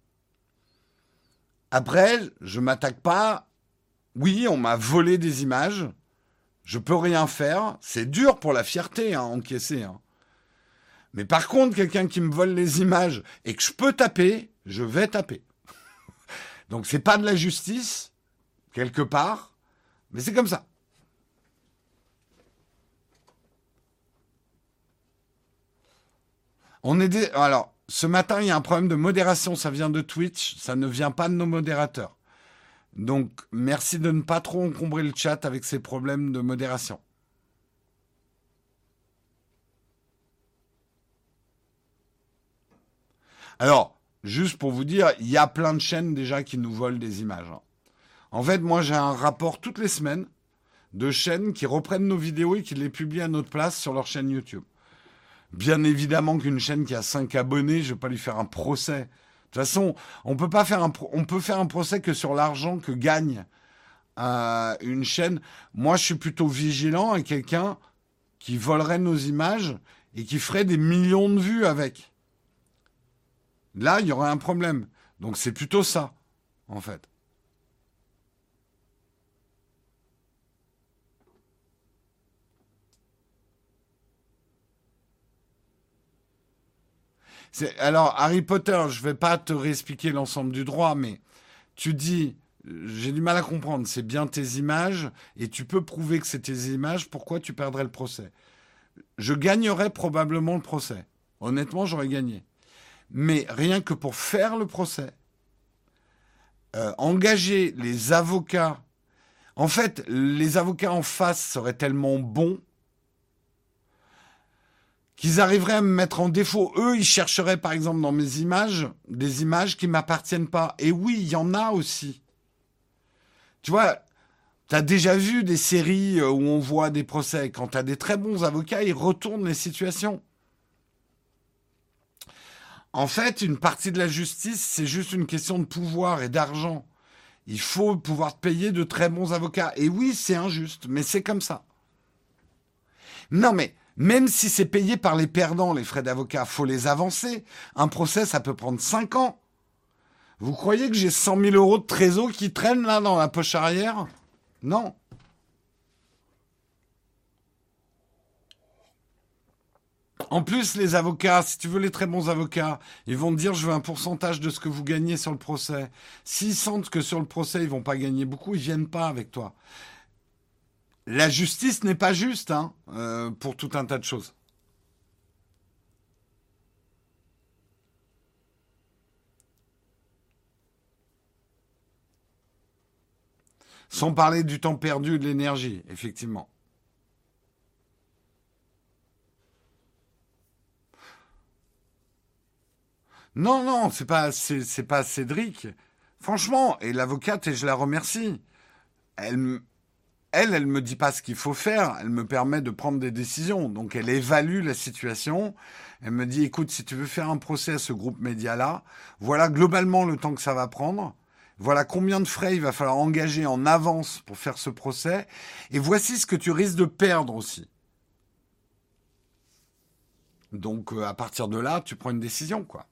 Speaker 1: Après, je m'attaque pas. Oui, on m'a volé des images. Je peux rien faire. C'est dur pour la fierté à encaisser. Hein. Mais par contre, quelqu'un qui me vole les images et que je peux taper, je vais taper. Donc c'est pas de la justice, quelque part, mais c'est comme ça. On est des... Alors, ce matin, il y a un problème de modération, ça vient de Twitch, ça ne vient pas de nos modérateurs. Donc, merci de ne pas trop encombrer le chat avec ces problèmes de modération. Alors, juste pour vous dire, il y a plein de chaînes déjà qui nous volent des images. hein. En fait, moi, j'ai un rapport toutes les semaines de chaînes qui reprennent nos vidéos et qui les publient à notre place sur leur chaîne YouTube. Bien évidemment qu'une chaîne qui a cinq abonnés, je vais pas lui faire un procès. De toute façon, on peut pas faire un, pro- on peut faire un procès que sur l'argent que gagne euh, une chaîne. Moi, je suis plutôt vigilant à quelqu'un qui volerait nos images et qui ferait des millions de vues avec. Là, il y aurait un problème. Donc, c'est plutôt ça, en fait. C'est, alors, Harry Potter, je vais pas te réexpliquer l'ensemble du droit, mais tu dis, euh, j'ai du mal à comprendre, c'est bien tes images, et tu peux prouver que c'est tes images, pourquoi tu perdrais le procès? je gagnerais probablement le procès. Honnêtement, j'aurais gagné. Mais rien que pour faire le procès, euh, engager les avocats, en fait, les avocats en face seraient tellement bons qu'ils arriveraient à me mettre en défaut. Eux, ils chercheraient, par exemple, dans mes images, des images qui ne m'appartiennent pas. Et oui, il y en a aussi. Tu vois, tu as déjà vu des séries où on voit des procès. Quand tu as des très bons avocats, ils retournent les situations. En fait, une partie de la justice, c'est juste une question de pouvoir et d'argent. Il faut pouvoir te payer de très bons avocats. Et oui, c'est injuste, mais c'est comme ça. Non, mais même si c'est payé par les perdants, les frais d'avocat, faut les avancer. Un procès, ça peut prendre cinq ans. Vous croyez que j'ai cent mille euros de trésor qui traînent là dans la poche arrière ? Non. En plus, les avocats, si tu veux les très bons avocats, ils vont te dire je veux un pourcentage de ce que vous gagnez sur le procès. S'ils sentent que sur le procès, ils vont pas gagner beaucoup, ils viennent pas avec toi. La justice n'est pas juste, hein, euh, pour tout un tas de choses. Sans parler du temps perdu et de l'énergie, effectivement. Non, non, c'est pas, c'est, c'est pas Cédric. Franchement, et l'avocate, et je la remercie, elle, m- elle, elle me dit pas ce qu'il faut faire, elle me permet de prendre des décisions. Donc elle évalue la situation. Elle me dit, écoute, si tu veux faire un procès à ce groupe média-là, voilà globalement le temps que ça va prendre. Voilà combien de frais il va falloir engager en avance pour faire ce procès. Et voici ce que tu risques de perdre aussi. Donc euh, à partir de là, tu prends une décision, quoi.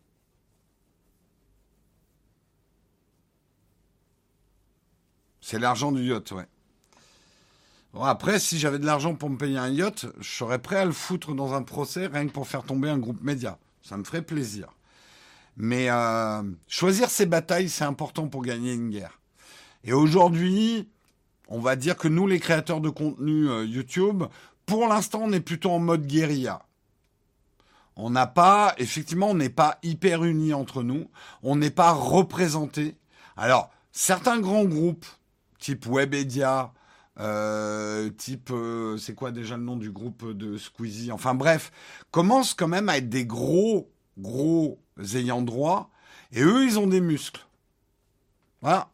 Speaker 1: C'est l'argent du yacht, ouais. Bon, après, si j'avais de l'argent pour me payer un yacht, je serais prêt à le foutre dans un procès rien que pour faire tomber un groupe média. Ça me ferait plaisir. Mais euh, choisir ses batailles, c'est important pour gagner une guerre. Et aujourd'hui, on va dire que nous, les créateurs de contenu euh, YouTube, pour l'instant, on est plutôt en mode guérilla. On n'a pas, effectivement, on n'est pas hyper unis entre nous. On n'est pas représentés. Alors, certains grands groupes, type Webedia, euh, type, euh, c'est quoi déjà le nom du groupe de Squeezie ? Enfin bref, commencent quand même à être des gros, gros ayants droit. Et eux, ils ont des muscles. Voilà.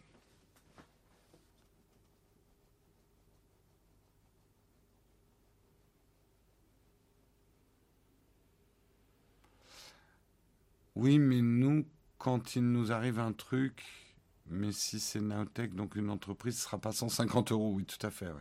Speaker 1: Oui, mais nous, quand il nous arrive un truc, mais si c'est Naotech, donc une entreprise, ce sera pas cent cinquante euros. Oui, tout à fait, ouais.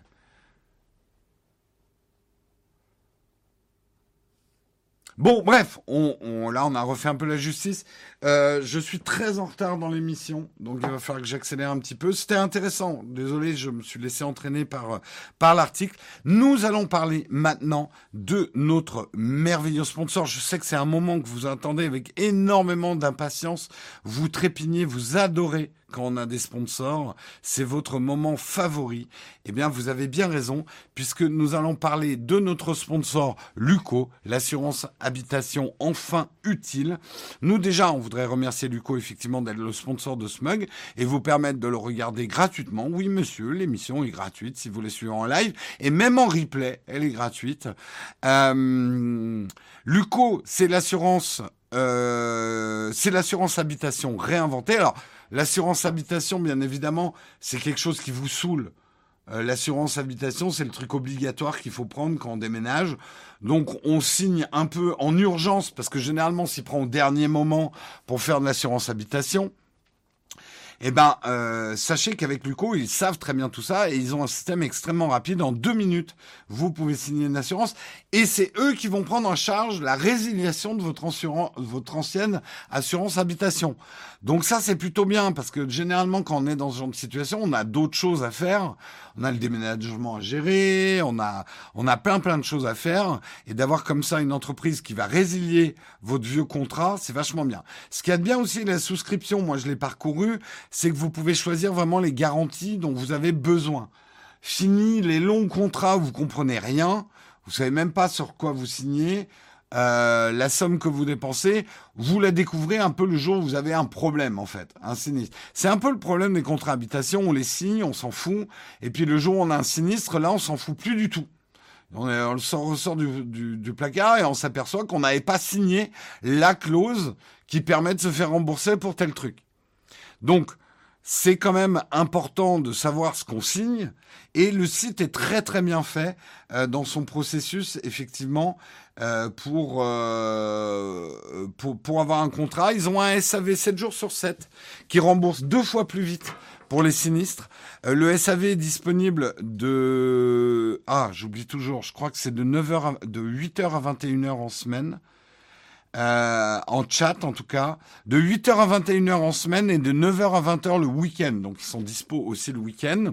Speaker 1: Bon, bref, on, on- là, on a refait un peu la justice. Euh, je suis très en retard dans l'émission, donc il va falloir que j'accélère un petit peu. C'était intéressant. Désolé, je me suis laissé entraîner par, euh, par l'article. Nous allons parler maintenant de notre merveilleux sponsor. Je sais que c'est un moment que vous attendez avec énormément d'impatience. Vous trépignez, vous adorez quand on a des sponsors. C'est votre moment favori. Eh bien, vous avez bien raison, puisque nous allons parler de notre sponsor Luco, l'assurance habitation enfin utile. Nous, déjà, on voudrait remercier Luco, effectivement, d'être le sponsor de ce mug et vous permettre de le regarder gratuitement. Oui, monsieur, l'émission est gratuite si vous les suivez en live et même en replay, elle est gratuite. Euh, Luco, c'est l'assurance, euh, c'est l'assurance habitation réinventée. Alors, l'assurance habitation, bien évidemment, c'est quelque chose qui vous saoule. Euh, l'assurance habitation, c'est le truc obligatoire qu'il faut prendre quand on déménage. Donc, on signe un peu en urgence, parce que généralement, on s'y prend au dernier moment pour faire de l'assurance habitation. Eh ben, euh, sachez qu'avec Luco, ils savent très bien tout ça et ils ont un système extrêmement rapide. En deux minutes, vous pouvez signer une assurance et c'est eux qui vont prendre en charge la résiliation de votre, assurance, votre ancienne assurance habitation. Donc ça, c'est plutôt bien parce que généralement, quand on est dans ce genre de situation, on a d'autres choses à faire. On a le déménagement à gérer, on a, on a plein plein de choses à faire et d'avoir comme ça une entreprise qui va résilier votre vieux contrat, c'est vachement bien. Ce qu'il y a de bien aussi, la souscription, moi je l'ai parcouru, c'est que vous pouvez choisir vraiment les garanties dont vous avez besoin. Fini les longs contrats où vous comprenez rien. vous savez même pas sur quoi vous signez, euh, la somme que vous dépensez, vous la découvrez un peu le jour où vous avez un problème, en fait, un sinistre. C'est un peu le problème des contrats habitation, on les signe, on s'en fout, et puis le jour où on a un sinistre, là, on s'en fout plus du tout. On, est, on le sort, ressort du, du, du placard et on s'aperçoit qu'on n'avait pas signé la clause qui permet de se faire rembourser pour tel truc. Donc, c'est quand même important de savoir ce qu'on signe. Et le site est très très bien fait euh, dans son processus, effectivement, euh, pour, euh, pour, pour avoir un contrat. Ils ont un S A V sept jours sur sept qui rembourse deux fois plus vite pour les sinistres. Euh, le S A V est disponible de... Ah, j'oublie toujours, je crois que c'est de, neuf heures à... de huit heures à vingt et une heures en semaine. Euh, en chat en tout cas, de huit heures à vingt et une heures en semaine et de neuf heures à vingt heures le week-end. Donc ils sont dispo aussi le week-end.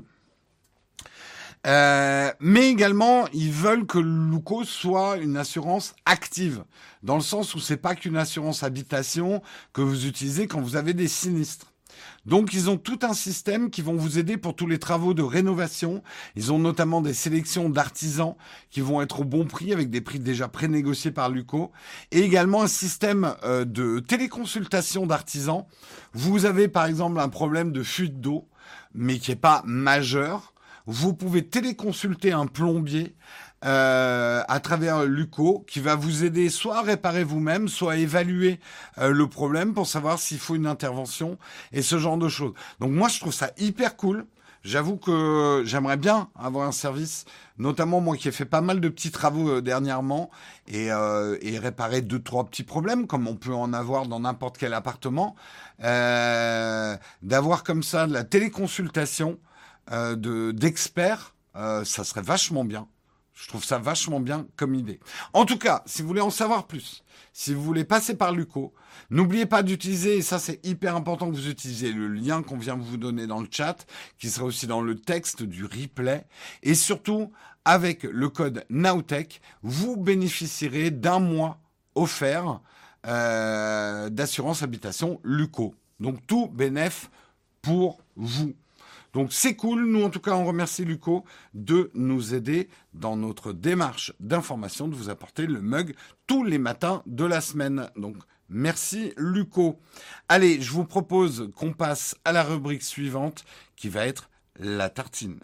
Speaker 1: Euh, mais également, ils veulent que Luco soit une assurance active, dans le sens où c'est pas qu'une assurance habitation que vous utilisez quand vous avez des sinistres. Donc, ils ont tout un système qui vont vous aider pour tous les travaux de rénovation. Ils ont notamment des sélections d'artisans qui vont être au bon prix avec des prix déjà pré-négociés par Luco. Et également un système euh, de téléconsultation d'artisans. Vous avez par exemple un problème de fuite d'eau, mais qui n'est pas majeur. Vous pouvez téléconsulter un plombier euh, à travers Luco qui va vous aider soit à réparer vous-même, soit à évaluer euh, le problème pour savoir s'il faut une intervention et ce genre de choses. Donc moi, je trouve ça hyper cool. J'avoue que j'aimerais bien avoir un service, notamment moi qui ai fait pas mal de petits travaux euh, dernièrement et, euh, et réparer deux, trois petits problèmes comme on peut en avoir dans n'importe quel appartement. Euh, d'avoir comme ça de la téléconsultation euh, de, d'experts, euh, ça serait vachement bien. Je trouve ça vachement bien comme idée. En tout cas, si vous voulez en savoir plus, si vous voulez passer par Luco, n'oubliez pas d'utiliser, et ça c'est hyper important que vous utilisiez le lien qu'on vient de vous donner dans le chat, qui sera aussi dans le texte du replay. Et surtout, avec le code Nowtech, vous bénéficierez d'un mois offert euh, d'assurance habitation Luco. Donc tout bénef pour vous. Donc c'est cool, nous en tout cas on remercie Luco de nous aider dans notre démarche d'information, de vous apporter le mug tous les matins de la semaine. Donc merci Luco. Allez, je vous propose qu'on passe à la rubrique suivante qui va être la tartine.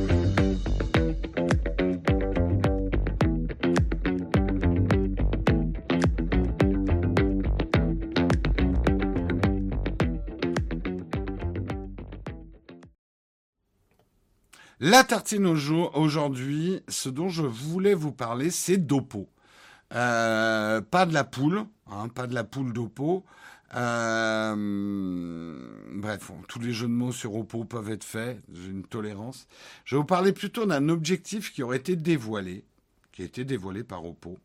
Speaker 1: La tartine au jour, aujourd'hui, ce dont je voulais vous parler, c'est d'Oppo. Euh, pas de la poule, hein, pas de la poule d'Oppo. Euh, bref, bon, tous les jeux de mots sur Oppo peuvent être faits, j'ai une tolérance. Je vais vous parler plutôt d'un objectif qui aurait été dévoilé, qui a été dévoilé par Oppo.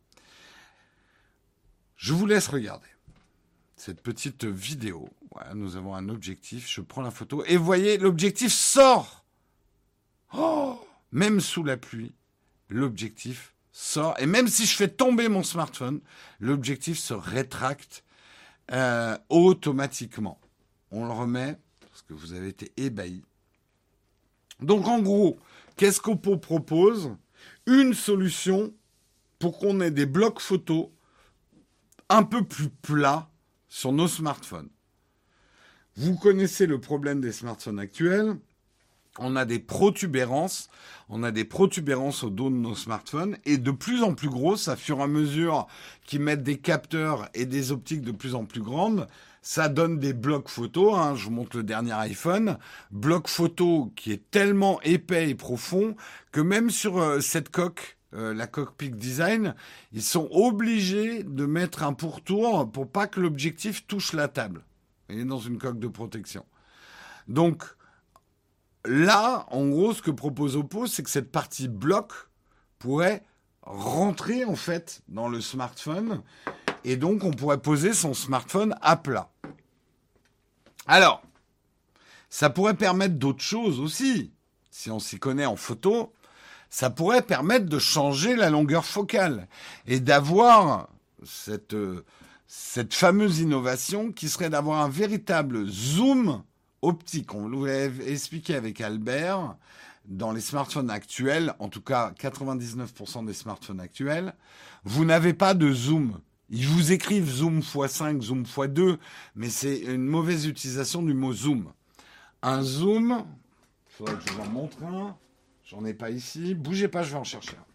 Speaker 1: Je vous laisse regarder cette petite vidéo. Voilà, nous avons un objectif, je prends la photo, et vous voyez, l'objectif sort. Oh, même sous la pluie, l'objectif sort. Et même si je fais tomber mon smartphone, l'objectif se rétracte euh, automatiquement. On le remet parce que vous avez été ébahis. Donc en gros, qu'est-ce qu'Oppo propose ? Une solution pour qu'on ait des blocs photos un peu plus plats sur nos smartphones. Vous connaissez le problème des smartphones actuels. On a des protubérances, on a des protubérances au dos de nos smartphones et de plus en plus grosses, à fur et à mesure qu'ils mettent des capteurs et des optiques de plus en plus grandes, ça donne des blocs photos. Hein, je vous montre le dernier iPhone, bloc photo qui est tellement épais et profond que même sur euh, cette coque, euh, la cockpit design, ils sont obligés de mettre un pourtour pour pas que l'objectif touche la table. Il est dans une coque de protection. Donc là, en gros, ce que propose Oppo, c'est que cette partie bloc pourrait rentrer en fait dans le smartphone et donc on pourrait poser son smartphone à plat. Alors, ça pourrait permettre d'autres choses aussi. Si on s'y connaît en photo, ça pourrait permettre de changer la longueur focale et d'avoir cette, cette fameuse innovation qui serait d'avoir un véritable zoom optique. On l'avait expliqué avec Albert. dans les smartphones actuels, en tout cas quatre-vingt-dix-neuf pour cent des smartphones actuels, vous n'avez pas de zoom. Ils vous écrivent zoom fois cinq, zoom fois deux, mais c'est une mauvaise utilisation du mot zoom. Un zoom, il faudrait que je vous en montre un, j'en ai pas ici, bougez pas, je vais en chercher un.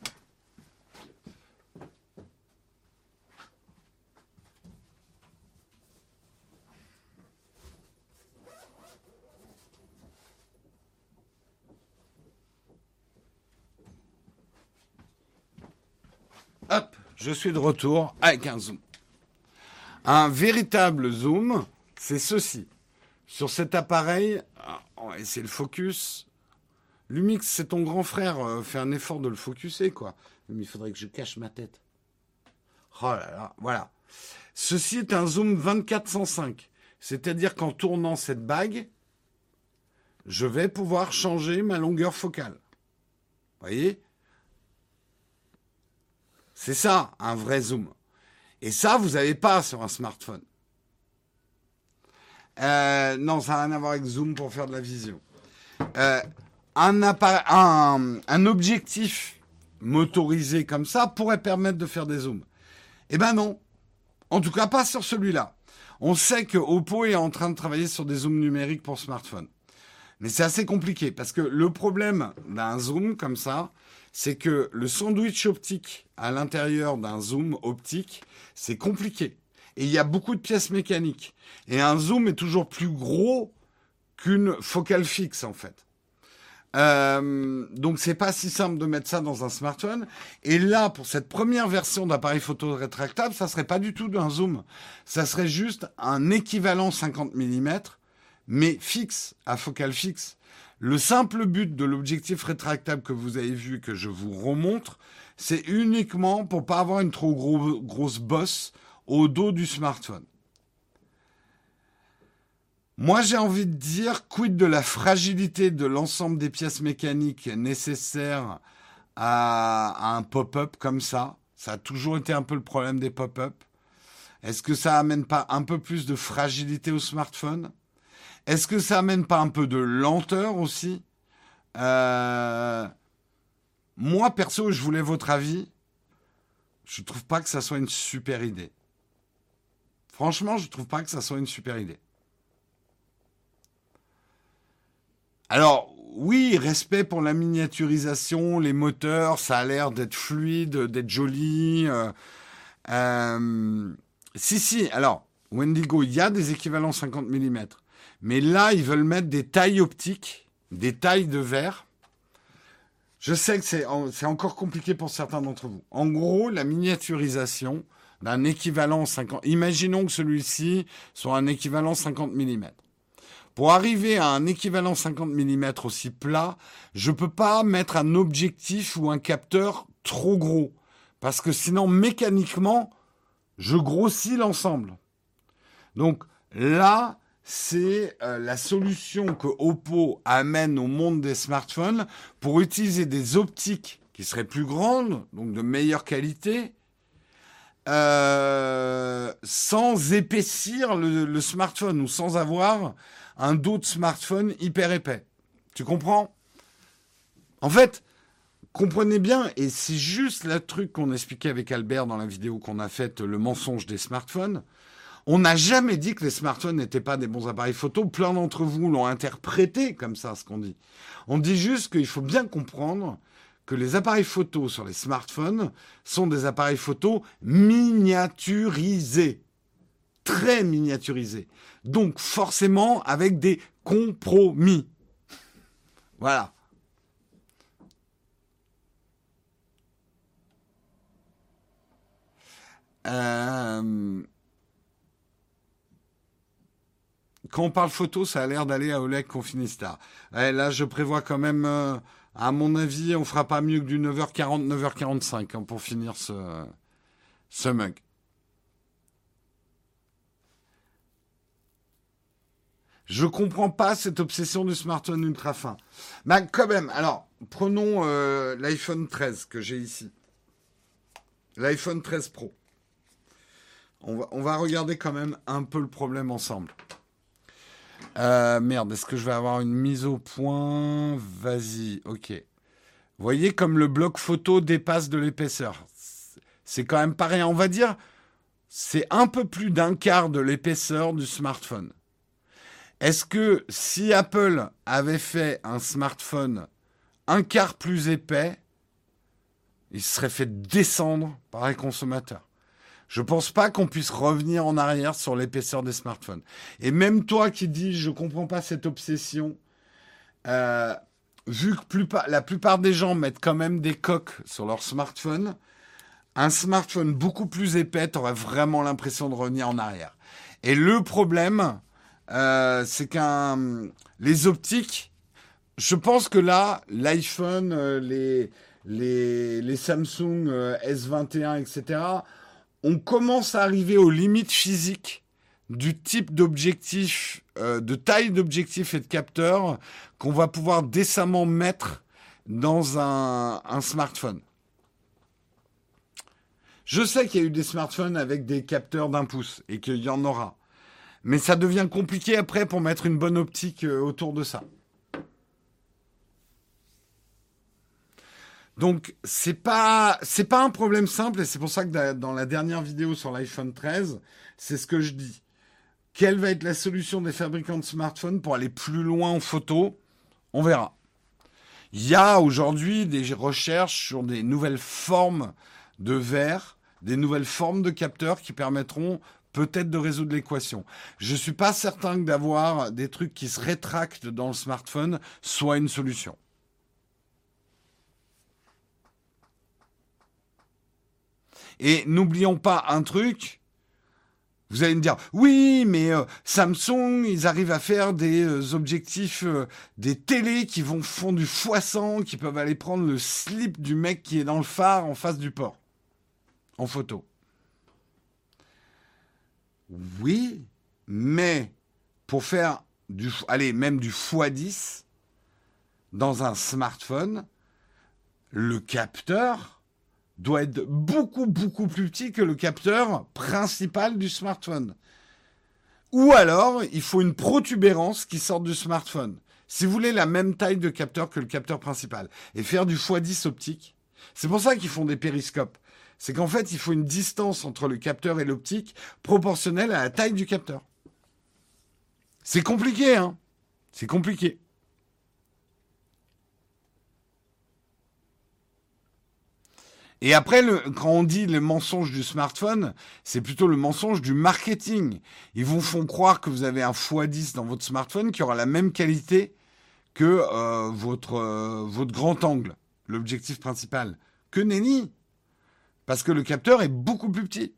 Speaker 1: Hop, je suis de retour avec un zoom. Un véritable zoom, c'est ceci. Sur cet appareil, on va essayer le focus. Lumix, c'est ton grand frère, euh, fais un effort de le focuser, quoi. Mais il faudrait que je cache ma tête. Oh là là, voilà. Ceci est un zoom vingt-quatre cent cinq. C'est-à-dire qu'en tournant cette bague, je vais pouvoir changer ma longueur focale. Vous voyez ? C'est ça, un vrai zoom. Et ça, vous n'avez pas sur un smartphone. Euh, non, ça n'a rien à voir avec Zoom pour faire de la visio. Euh, un, un, un objectif motorisé comme ça pourrait permettre de faire des zooms. Eh ben non. En tout cas, pas sur celui-là. On sait que Oppo est en train de travailler sur des zooms numériques pour smartphone. Mais c'est assez compliqué parce que le problème d'un zoom comme ça, c'est que le sandwich optique à l'intérieur d'un zoom optique, c'est compliqué. Et il y a beaucoup de pièces mécaniques. Et un zoom est toujours plus gros qu'une focale fixe, en fait. Euh, donc, c'est pas si simple de mettre ça dans un smartphone. Et là, pour cette première version d'appareil photo rétractable, ça serait pas du tout un zoom. Ça serait juste un équivalent cinquante millimètres, mais fixe, à focale fixe. Le simple but de l'objectif rétractable que vous avez vu, que je vous remontre, c'est uniquement pour pas avoir une trop gros, grosse bosse au dos du smartphone. Moi, j'ai envie de dire, quid de la fragilité de l'ensemble des pièces mécaniques nécessaires à, à un pop-up comme ça. Ça a toujours été un peu le problème des pop-up. Est-ce que ça amène pas un peu plus de fragilité au smartphone ? Est-ce que ça amène pas un peu de lenteur aussi ? euh... Moi, perso, je voulais votre avis. Je trouve pas que ça soit une super idée. Franchement, je trouve pas que ça soit une super idée. Alors, oui, respect pour la miniaturisation, les moteurs, ça a l'air d'être fluide, d'être joli. Euh, euh, si, si, alors, Wendigo, il y a des équivalents cinquante millimètres. Mais là, ils veulent mettre des tailles optiques, des tailles de verre. Je sais que c'est, c'est encore compliqué pour certains d'entre vous. En gros, la miniaturisation d'un équivalent cinquante... Imaginons que celui-ci soit un équivalent cinquante millimètres. Pour arriver à un équivalent cinquante millimètres aussi plat, je ne peux pas mettre un objectif ou un capteur trop gros. Parce que sinon, mécaniquement, je grossis l'ensemble. Donc là, c'est euh, la solution que Oppo amène au monde des smartphones pour utiliser des optiques qui seraient plus grandes, donc de meilleure qualité, euh, sans épaissir le, le smartphone ou sans avoir un dos de smartphone hyper épais. Tu comprends ? En fait, comprenez bien, et c'est juste le truc qu'on expliquait avec Albert dans la vidéo qu'on a faite, le mensonge des smartphones. On n'a jamais dit que les smartphones n'étaient pas des bons appareils photo. Plein d'entre vous l'ont interprété comme ça, ce qu'on dit. On dit juste qu'il faut bien comprendre que les appareils photo sur les smartphones sont des appareils photo miniaturisés. Très miniaturisés. Donc, forcément, avec des compromis. Voilà. Euh... Quand on parle photo, ça a l'air d'aller à Oleg Confinistar. Ouais, là, je prévois quand même, euh, à mon avis, on fera pas mieux que du neuf heures quarante, neuf heures quarante-cinq hein, pour finir ce, ce mug. Je comprends pas cette obsession du smartphone ultra fin. Mais quand même, alors, prenons euh, l'iPhone treize que j'ai ici. L'iPhone treize Pro. On va, on va regarder quand même un peu le problème ensemble. Euh, merde, est-ce que je vais avoir une mise au point? Vas-y, ok. Vous voyez comme le bloc photo dépasse de l'épaisseur. C'est quand même pas rien. On va dire, c'est un peu plus d'un quart de l'épaisseur du smartphone. Est-ce que si Apple avait fait un smartphone un quart plus épais, il se serait fait descendre par les consommateurs? Je pense pas qu'on puisse revenir en arrière sur l'épaisseur des smartphones. Et même toi qui dis, je comprends pas cette obsession, euh, vu que plupart, la plupart des gens mettent quand même des coques sur leur smartphone, un smartphone beaucoup plus épais, tu aurais vraiment l'impression de revenir en arrière. Et le problème, euh, c'est qu'un les optiques, je pense que là, l'iPhone, euh, les, les, les Samsung euh, S vingt et un, et cetera, on commence à arriver aux limites physiques du type d'objectif, euh, de taille d'objectif et de capteur qu'on va pouvoir décemment mettre dans un, un smartphone. Je sais qu'il y a eu des smartphones avec des capteurs d'un pouce et qu'il y en aura. Mais ça devient compliqué après pour mettre une bonne optique euh, autour de ça. Donc, c'est pas, c'est pas un problème simple, et c'est pour ça que dans la dernière vidéo sur l'iPhone treize, c'est ce que je dis. Quelle va être la solution des fabricants de smartphones pour aller plus loin en photo? On verra. Il y a aujourd'hui des recherches sur des nouvelles formes de verre, des nouvelles formes de capteurs qui permettront peut-être de résoudre l'équation. Je ne suis pas certain que d'avoir des trucs qui se rétractent dans le smartphone soit une solution. Et n'oublions pas un truc, vous allez me dire, oui, mais euh, Samsung, ils arrivent à faire des euh, objectifs, euh, des télés qui vont font du fois cent, qui peuvent aller prendre le slip du mec qui est dans le phare en face du port, en photo. Oui, mais pour faire du, allez, même du fois dix dans un smartphone, le capteur doit être beaucoup, beaucoup plus petit que le capteur principal du smartphone. Ou alors, il faut une protubérance qui sort du smartphone. Si vous voulez la même taille de capteur que le capteur principal et faire du fois dix optique, c'est pour ça qu'ils font des périscopes. C'est qu'en fait, il faut une distance entre le capteur et l'optique proportionnelle à la taille du capteur. C'est compliqué, hein? C'est compliqué. Et après, le, quand on dit le mensonge du smartphone, c'est plutôt le mensonge du marketing. Ils vous font croire que vous avez un fois dix dans votre smartphone qui aura la même qualité que euh, votre, euh, votre grand angle, l'objectif principal. Que nenni! Parce que le capteur est beaucoup plus petit.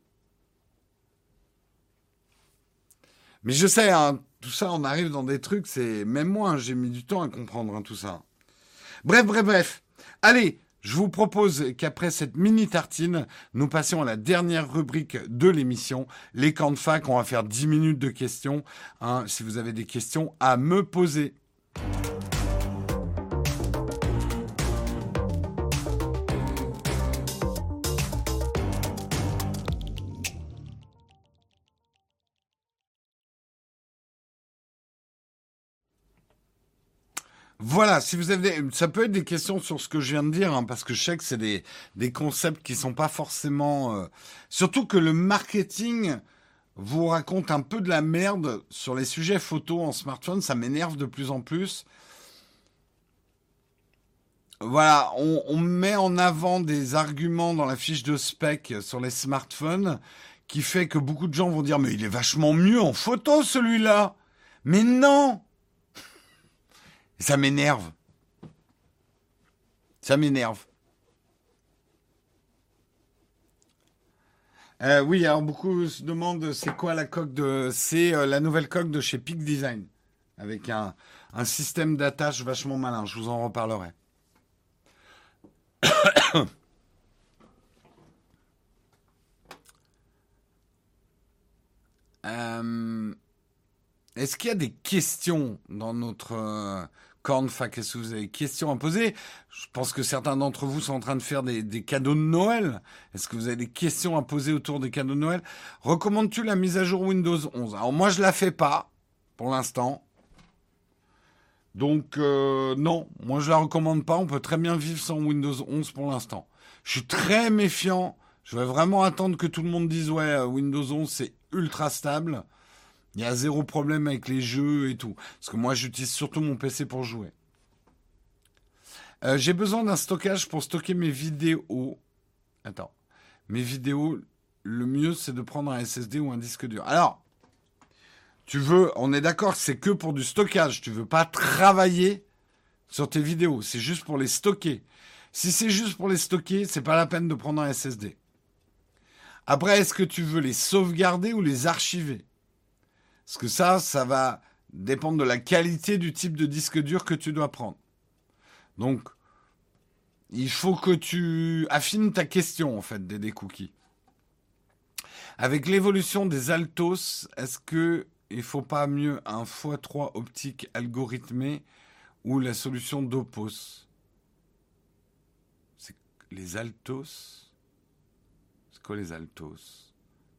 Speaker 1: Mais je sais, hein, tout ça, on arrive dans des trucs, c'est même moi, hein, j'ai mis du temps à comprendre hein, tout ça. Bref, bref, bref. Allez, je vous propose qu'après cette mini tartine, nous passions à la dernière rubrique de l'émission, les camps de fac. On va faire dix minutes de questions, hein, si vous avez des questions à me poser. Voilà, si vous avez, des, ça peut être des questions sur ce que je viens de dire, hein, parce que je sais que c'est des, des concepts qui sont pas forcément, euh, surtout que le marketing vous raconte un peu de la merde sur les sujets photo en smartphone, ça m'énerve de plus en plus. Voilà, on, on met en avant des arguments dans la fiche de spec sur les smartphones qui fait que beaucoup de gens vont dire mais il est vachement mieux en photo celui-là. Mais non! Ça m'énerve. Ça m'énerve. Euh, oui, alors beaucoup se demandent c'est quoi la coque de... C'est euh, la nouvelle coque de chez Peak Design. Avec un, un système d'attache vachement malin. Je vous en reparlerai. euh, Est-ce qu'il y a des questions dans notre... Euh, Cornfac, est-ce que vous avez des questions à poser? Je pense que certains d'entre vous sont en train de faire des, des cadeaux de Noël. Est-ce que vous avez des questions à poser autour des cadeaux de Noël? Recommandes-tu la mise à jour Windows onze? Alors moi, je la fais pas, pour l'instant. Donc, euh, non, moi je la recommande pas. On peut très bien vivre sans Windows onze pour l'instant. Je suis très méfiant. Je vais vraiment attendre que tout le monde dise ouais, euh, Windows onze c'est ultra stable. Il y a zéro problème avec les jeux et tout. Parce que moi j'utilise surtout mon P C pour jouer. Euh, j'ai besoin d'un stockage pour stocker mes vidéos. Attends. Mes vidéos, le mieux c'est de prendre un S S D ou un disque dur. Alors, tu veux, on est d'accord, c'est que pour du stockage. Tu veux pas travailler sur tes vidéos. C'est juste pour les stocker. Si c'est juste pour les stocker, c'est pas la peine de prendre un S S D. Après, est-ce que tu veux les sauvegarder ou les archiver? Parce que ça, ça va dépendre de la qualité du type de disque dur que tu dois prendre. Donc, il faut que tu affines ta question, en fait, des cookies. Avec l'évolution des Altos, est-ce que il faut pas mieux un fois trois optique algorithmé ou la solution d'Opos? C'est les Altos? C'est quoi les Altos?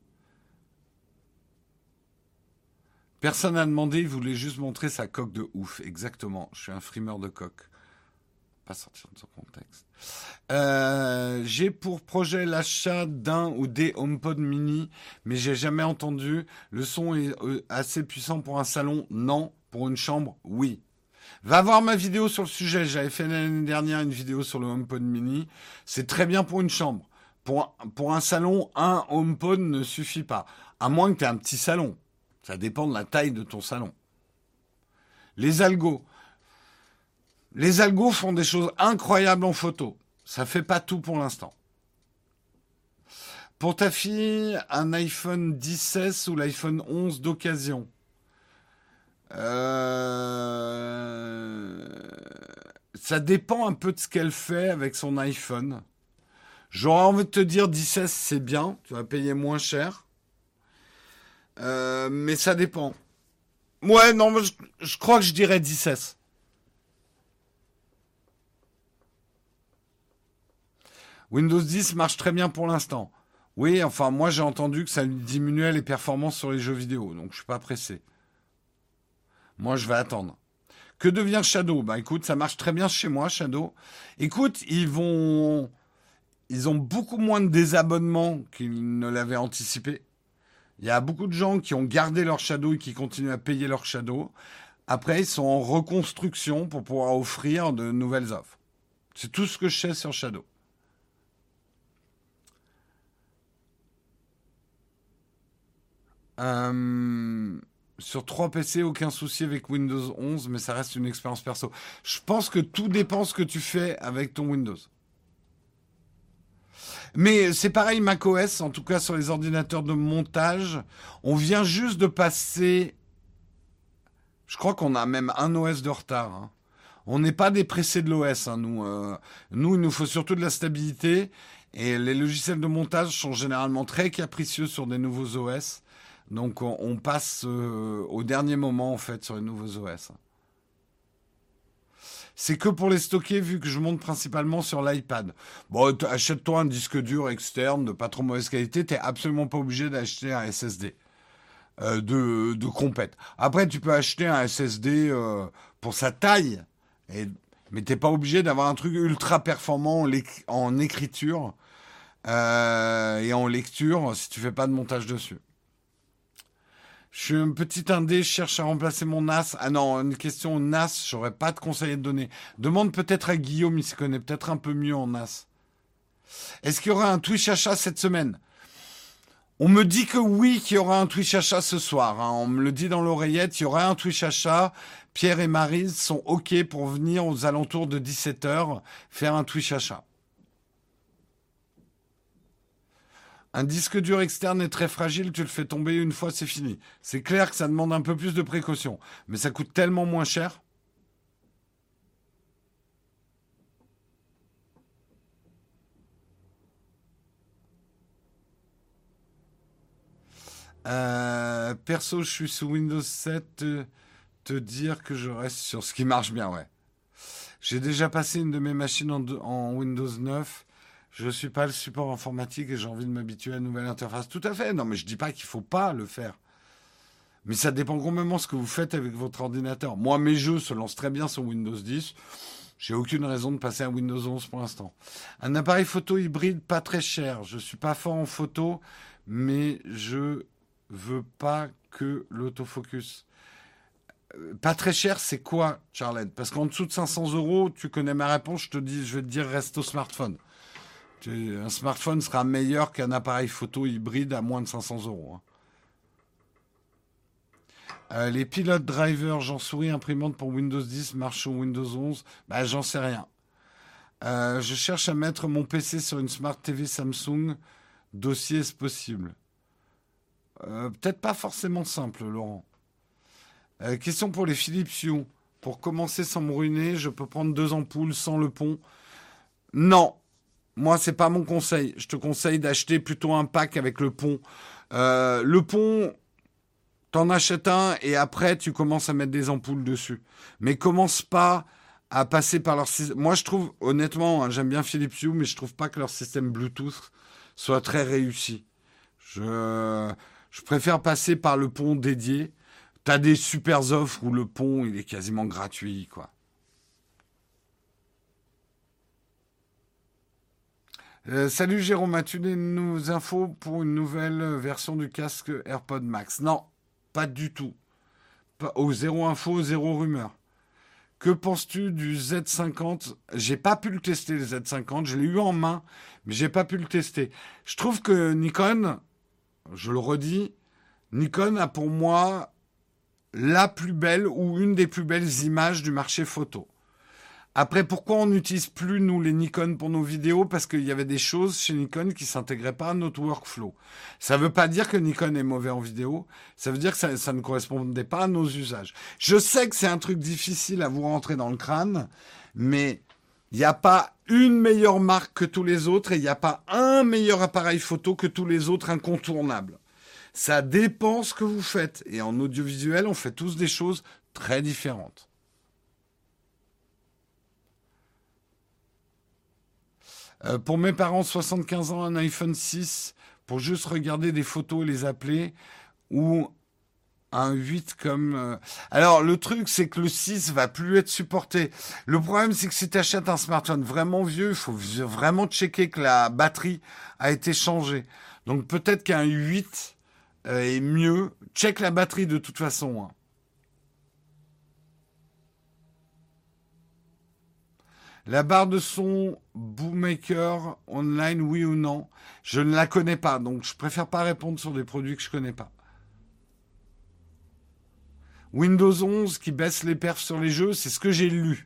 Speaker 1: Personne n'a demandé, il voulait juste montrer sa coque de ouf. Exactement, je suis un frimeur de coque. Pas sortir de son contexte. Euh, j'ai pour projet l'achat d'un ou des HomePod mini, mais j'ai jamais entendu. Le son est assez puissant pour un salon? Non. Pour une chambre? Oui. Va voir ma vidéo sur le sujet. J'avais fait l'année dernière une vidéo sur le HomePod mini. C'est très bien pour une chambre. Pour un, pour un salon, un HomePod ne suffit pas. À moins que tu aies un petit salon. Ça dépend de la taille de ton salon. Les algos. Les algos font des choses incroyables en photo. Ça fait pas tout pour l'instant. Pour ta fille, un iPhone dix S ou l'iPhone onze d'occasion? euh... Ça dépend un peu de ce qu'elle fait avec son iPhone. J'aurais envie de te dire dix S, c'est bien. Tu vas payer moins cher. Euh, mais ça dépend. Ouais, non, je, je crois que je dirais dix S. Windows dix marche très bien pour l'instant. Oui, enfin, moi j'ai entendu que ça lui diminuait les performances sur les jeux vidéo, donc je suis pas pressé. Moi, je vais attendre. Que devient Shadow? Bah écoute, ça marche très bien chez moi, Shadow. Écoute, ils vont... Ils ont beaucoup moins de désabonnements qu'ils ne l'avaient anticipé. Il y a beaucoup de gens qui ont gardé leur Shadow et qui continuent à payer leur Shadow. Après, ils sont en reconstruction pour pouvoir offrir de nouvelles offres. C'est tout ce que je sais sur Shadow. Euh, sur trois P C, aucun souci avec Windows onze, mais ça reste une expérience perso. Je pense que tout dépend ce que tu fais avec ton Windows. Mais c'est pareil, macOS, en tout cas sur les ordinateurs de montage, on vient juste de passer... Je crois qu'on a même un O S de retard. Hein. On n'est pas des pressés de l'O S, hein, nous. Euh, nous, il nous faut surtout de la stabilité. Et les logiciels de montage sont généralement très capricieux sur des nouveaux O S. Donc on, on passe euh, au dernier moment, en fait, sur les nouveaux O S. C'est que pour les stocker, vu que je monte principalement sur l'iPad. Bon, achète-toi un disque dur externe de pas trop mauvaise qualité. T'es absolument pas obligé d'acheter un S S D euh, de, de compète. Après, tu peux acheter un S S D euh, pour sa taille, et, mais t'es pas obligé d'avoir un truc ultra performant en, en écriture euh, et en lecture si tu fais pas de montage dessus. Je suis un petit indé, je cherche à remplacer mon N A S. Ah non, une question N A S, j'aurais pas de conseil à te donner. Demande peut-être à Guillaume, il s'y connaît peut-être un peu mieux en N A S. Est-ce qu'il y aura un Twitch achat cette semaine? On me dit que oui, qu'il y aura un Twitch achat ce soir. Hein. On me le dit dans l'oreillette, il y aura un Twitch achat. Pierre et Maryse sont OK pour venir aux alentours de dix-sept heures faire un Twitch achat. Un disque dur externe est très fragile, tu le fais tomber une fois, c'est fini. C'est clair que ça demande un peu plus de précaution, mais ça coûte tellement moins cher. Euh, perso, je suis sous Windows sept. Euh, te dire que je reste sur ce qui marche bien, ouais. J'ai déjà passé une de mes machines en, en Windows neuf. Je ne suis pas le support informatique et j'ai envie de m'habituer à une nouvelle interface. Tout à fait. Non, mais je dis pas qu'il faut pas le faire. Mais ça dépend complètement ce que vous faites avec votre ordinateur. Moi, mes jeux se lancent très bien sur Windows dix. J'ai aucune raison de passer à Windows onze pour l'instant. Un appareil photo hybride pas très cher. Je suis pas fort en photo, mais je veux pas que l'autofocus. Euh, Pas très cher, c'est quoi, Charlotte? Parce qu'en dessous de cinq cents euros, tu connais ma réponse, je te dis, je vais te dire reste au smartphone. Tu- Un smartphone sera meilleur qu'un appareil photo hybride à moins de cinq cents euros, hein. Euh, les pilotes drivers, j'en souris, imprimante pour Windows dix, marche sur Windows onze. Bah, j'en sais rien. Euh, je cherche à mettre mon P C sur une Smart T V Samsung. Dossier, est-ce possible? Euh, Peut-être pas forcément simple, Laurent. Euh, question pour les Philips Hue. Pour commencer sans me ruiner, je peux prendre deux ampoules sans le pont? Non, moi, c'est pas mon conseil. Je te conseille d'acheter plutôt un pack avec le pont. Euh, le pont, t'en achètes un et après, tu commences à mettre des ampoules dessus. Mais commence pas à passer par leur système. Moi, je trouve, honnêtement, hein, j'aime bien Philips Hue, mais je trouve pas que leur système Bluetooth soit très réussi. Je, je préfère passer par le pont dédié. T'as des super offres où le pont, il est quasiment gratuit, quoi. Euh, salut Jérôme, as-tu des nou- infos pour une nouvelle euh, version du casque AirPod Max? Non, pas du tout. Pas, oh, zéro info, zéro rumeur. Que penses-tu du Z cinquante? J'ai pas pu le tester, le Z cinquante. Je l'ai eu en main, mais j'ai pas pu le tester. Je trouve que Nikon, je le redis, Nikon a pour moi la plus belle ou une des plus belles images du marché photo. Après, pourquoi on n'utilise plus, nous, les Nikon pour nos vidéos? Parce qu'il y avait des choses chez Nikon qui ne s'intégraient pas à notre workflow. Ça ne veut pas dire que Nikon est mauvais en vidéo. Ça veut dire que ça, ça ne correspondait pas à nos usages. Je sais que c'est un truc difficile à vous rentrer dans le crâne, mais il n'y a pas une meilleure marque que tous les autres et il n'y a pas un meilleur appareil photo que tous les autres incontournables. Ça dépend ce que vous faites. Et en audiovisuel, on fait tous des choses très différentes. Euh, pour mes parents, soixante-quinze ans, un iPhone six pour juste regarder des photos et les appeler, ou un huit comme... euh, Alors, le truc, c'est que le six va plus être supporté. Le problème, c'est que si tu achètes un smartphone vraiment vieux, il faut v- vraiment checker que la batterie a été changée. Donc, peut-être qu'un huit euh, est mieux. Check la batterie de toute façon, hein. La barre de son Boommaker online, oui ou non? Je ne la connais pas, donc je préfère pas répondre sur des produits que je connais pas. Windows onze qui baisse les perfs sur les jeux, c'est ce que j'ai lu.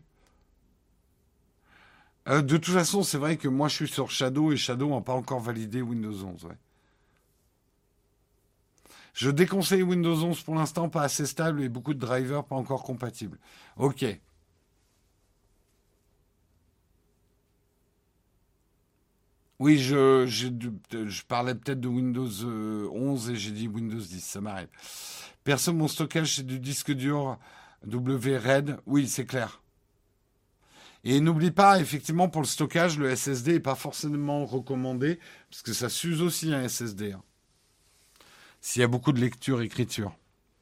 Speaker 1: Euh, de toute façon, c'est vrai que moi je suis sur Shadow et Shadow n'a pas encore validé Windows onze. Ouais. Je déconseille Windows onze pour l'instant, pas assez stable et beaucoup de drivers pas encore compatibles. Ok. Oui, je, j'ai du- je parlais peut-être de Windows euh, onze et j'ai dit Windows dix, ça m'arrive. Perso, mon stockage, c'est du disque dur W RAID. Oui, c'est clair. Et n'oublie pas, effectivement, pour le stockage, le S S D n'est pas forcément recommandé, parce que ça s'use aussi un S S D, hein, s'il y a beaucoup de lecture, écriture.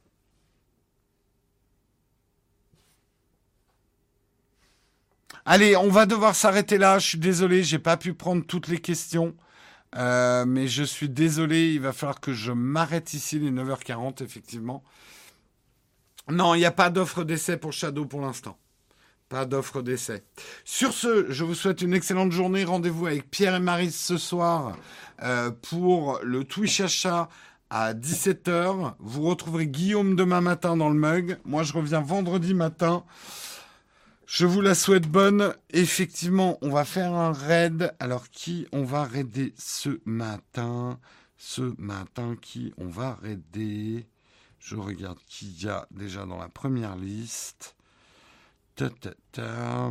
Speaker 1: Allez, on va devoir s'arrêter là. Je suis désolé, j'ai pas pu prendre toutes les questions. Euh, mais je suis désolé, il va falloir que je m'arrête ici, les neuf heures quarante, effectivement. Non, il n'y a pas d'offre d'essai pour Shadow pour l'instant. Pas d'offre d'essai. Sur ce, je vous souhaite une excellente journée. Rendez-vous avec Pierre et Marie ce soir euh, pour le Twitch achat à dix-sept heures. Vous retrouverez Guillaume demain matin dans le mug. Moi, je reviens vendredi matin. Je vous la souhaite bonne. Effectivement, on va faire un raid. Alors, qui on va raider ce matin? Ce matin, qui on va raider? Je regarde qui y a déjà dans la première liste. Ta, ta, ta.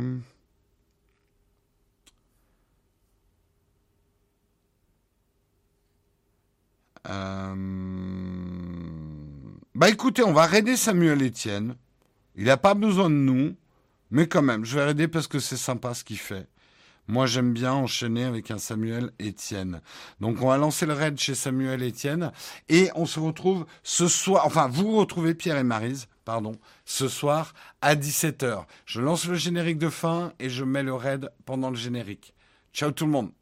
Speaker 1: Euh, Bah écoutez, on va raider Samuel Etienne. Il n'a pas besoin de nous, mais quand même, je vais raider parce que c'est sympa ce qu'il fait. Moi, j'aime bien enchaîner avec un Samuel Etienne. Donc, on va lancer le raid chez Samuel Etienne. Et on se retrouve ce soir. Enfin, vous retrouvez Pierre et Maryse, pardon, ce soir à dix-sept heures. Je lance le générique de fin et je mets le raid pendant le générique. Ciao tout le monde.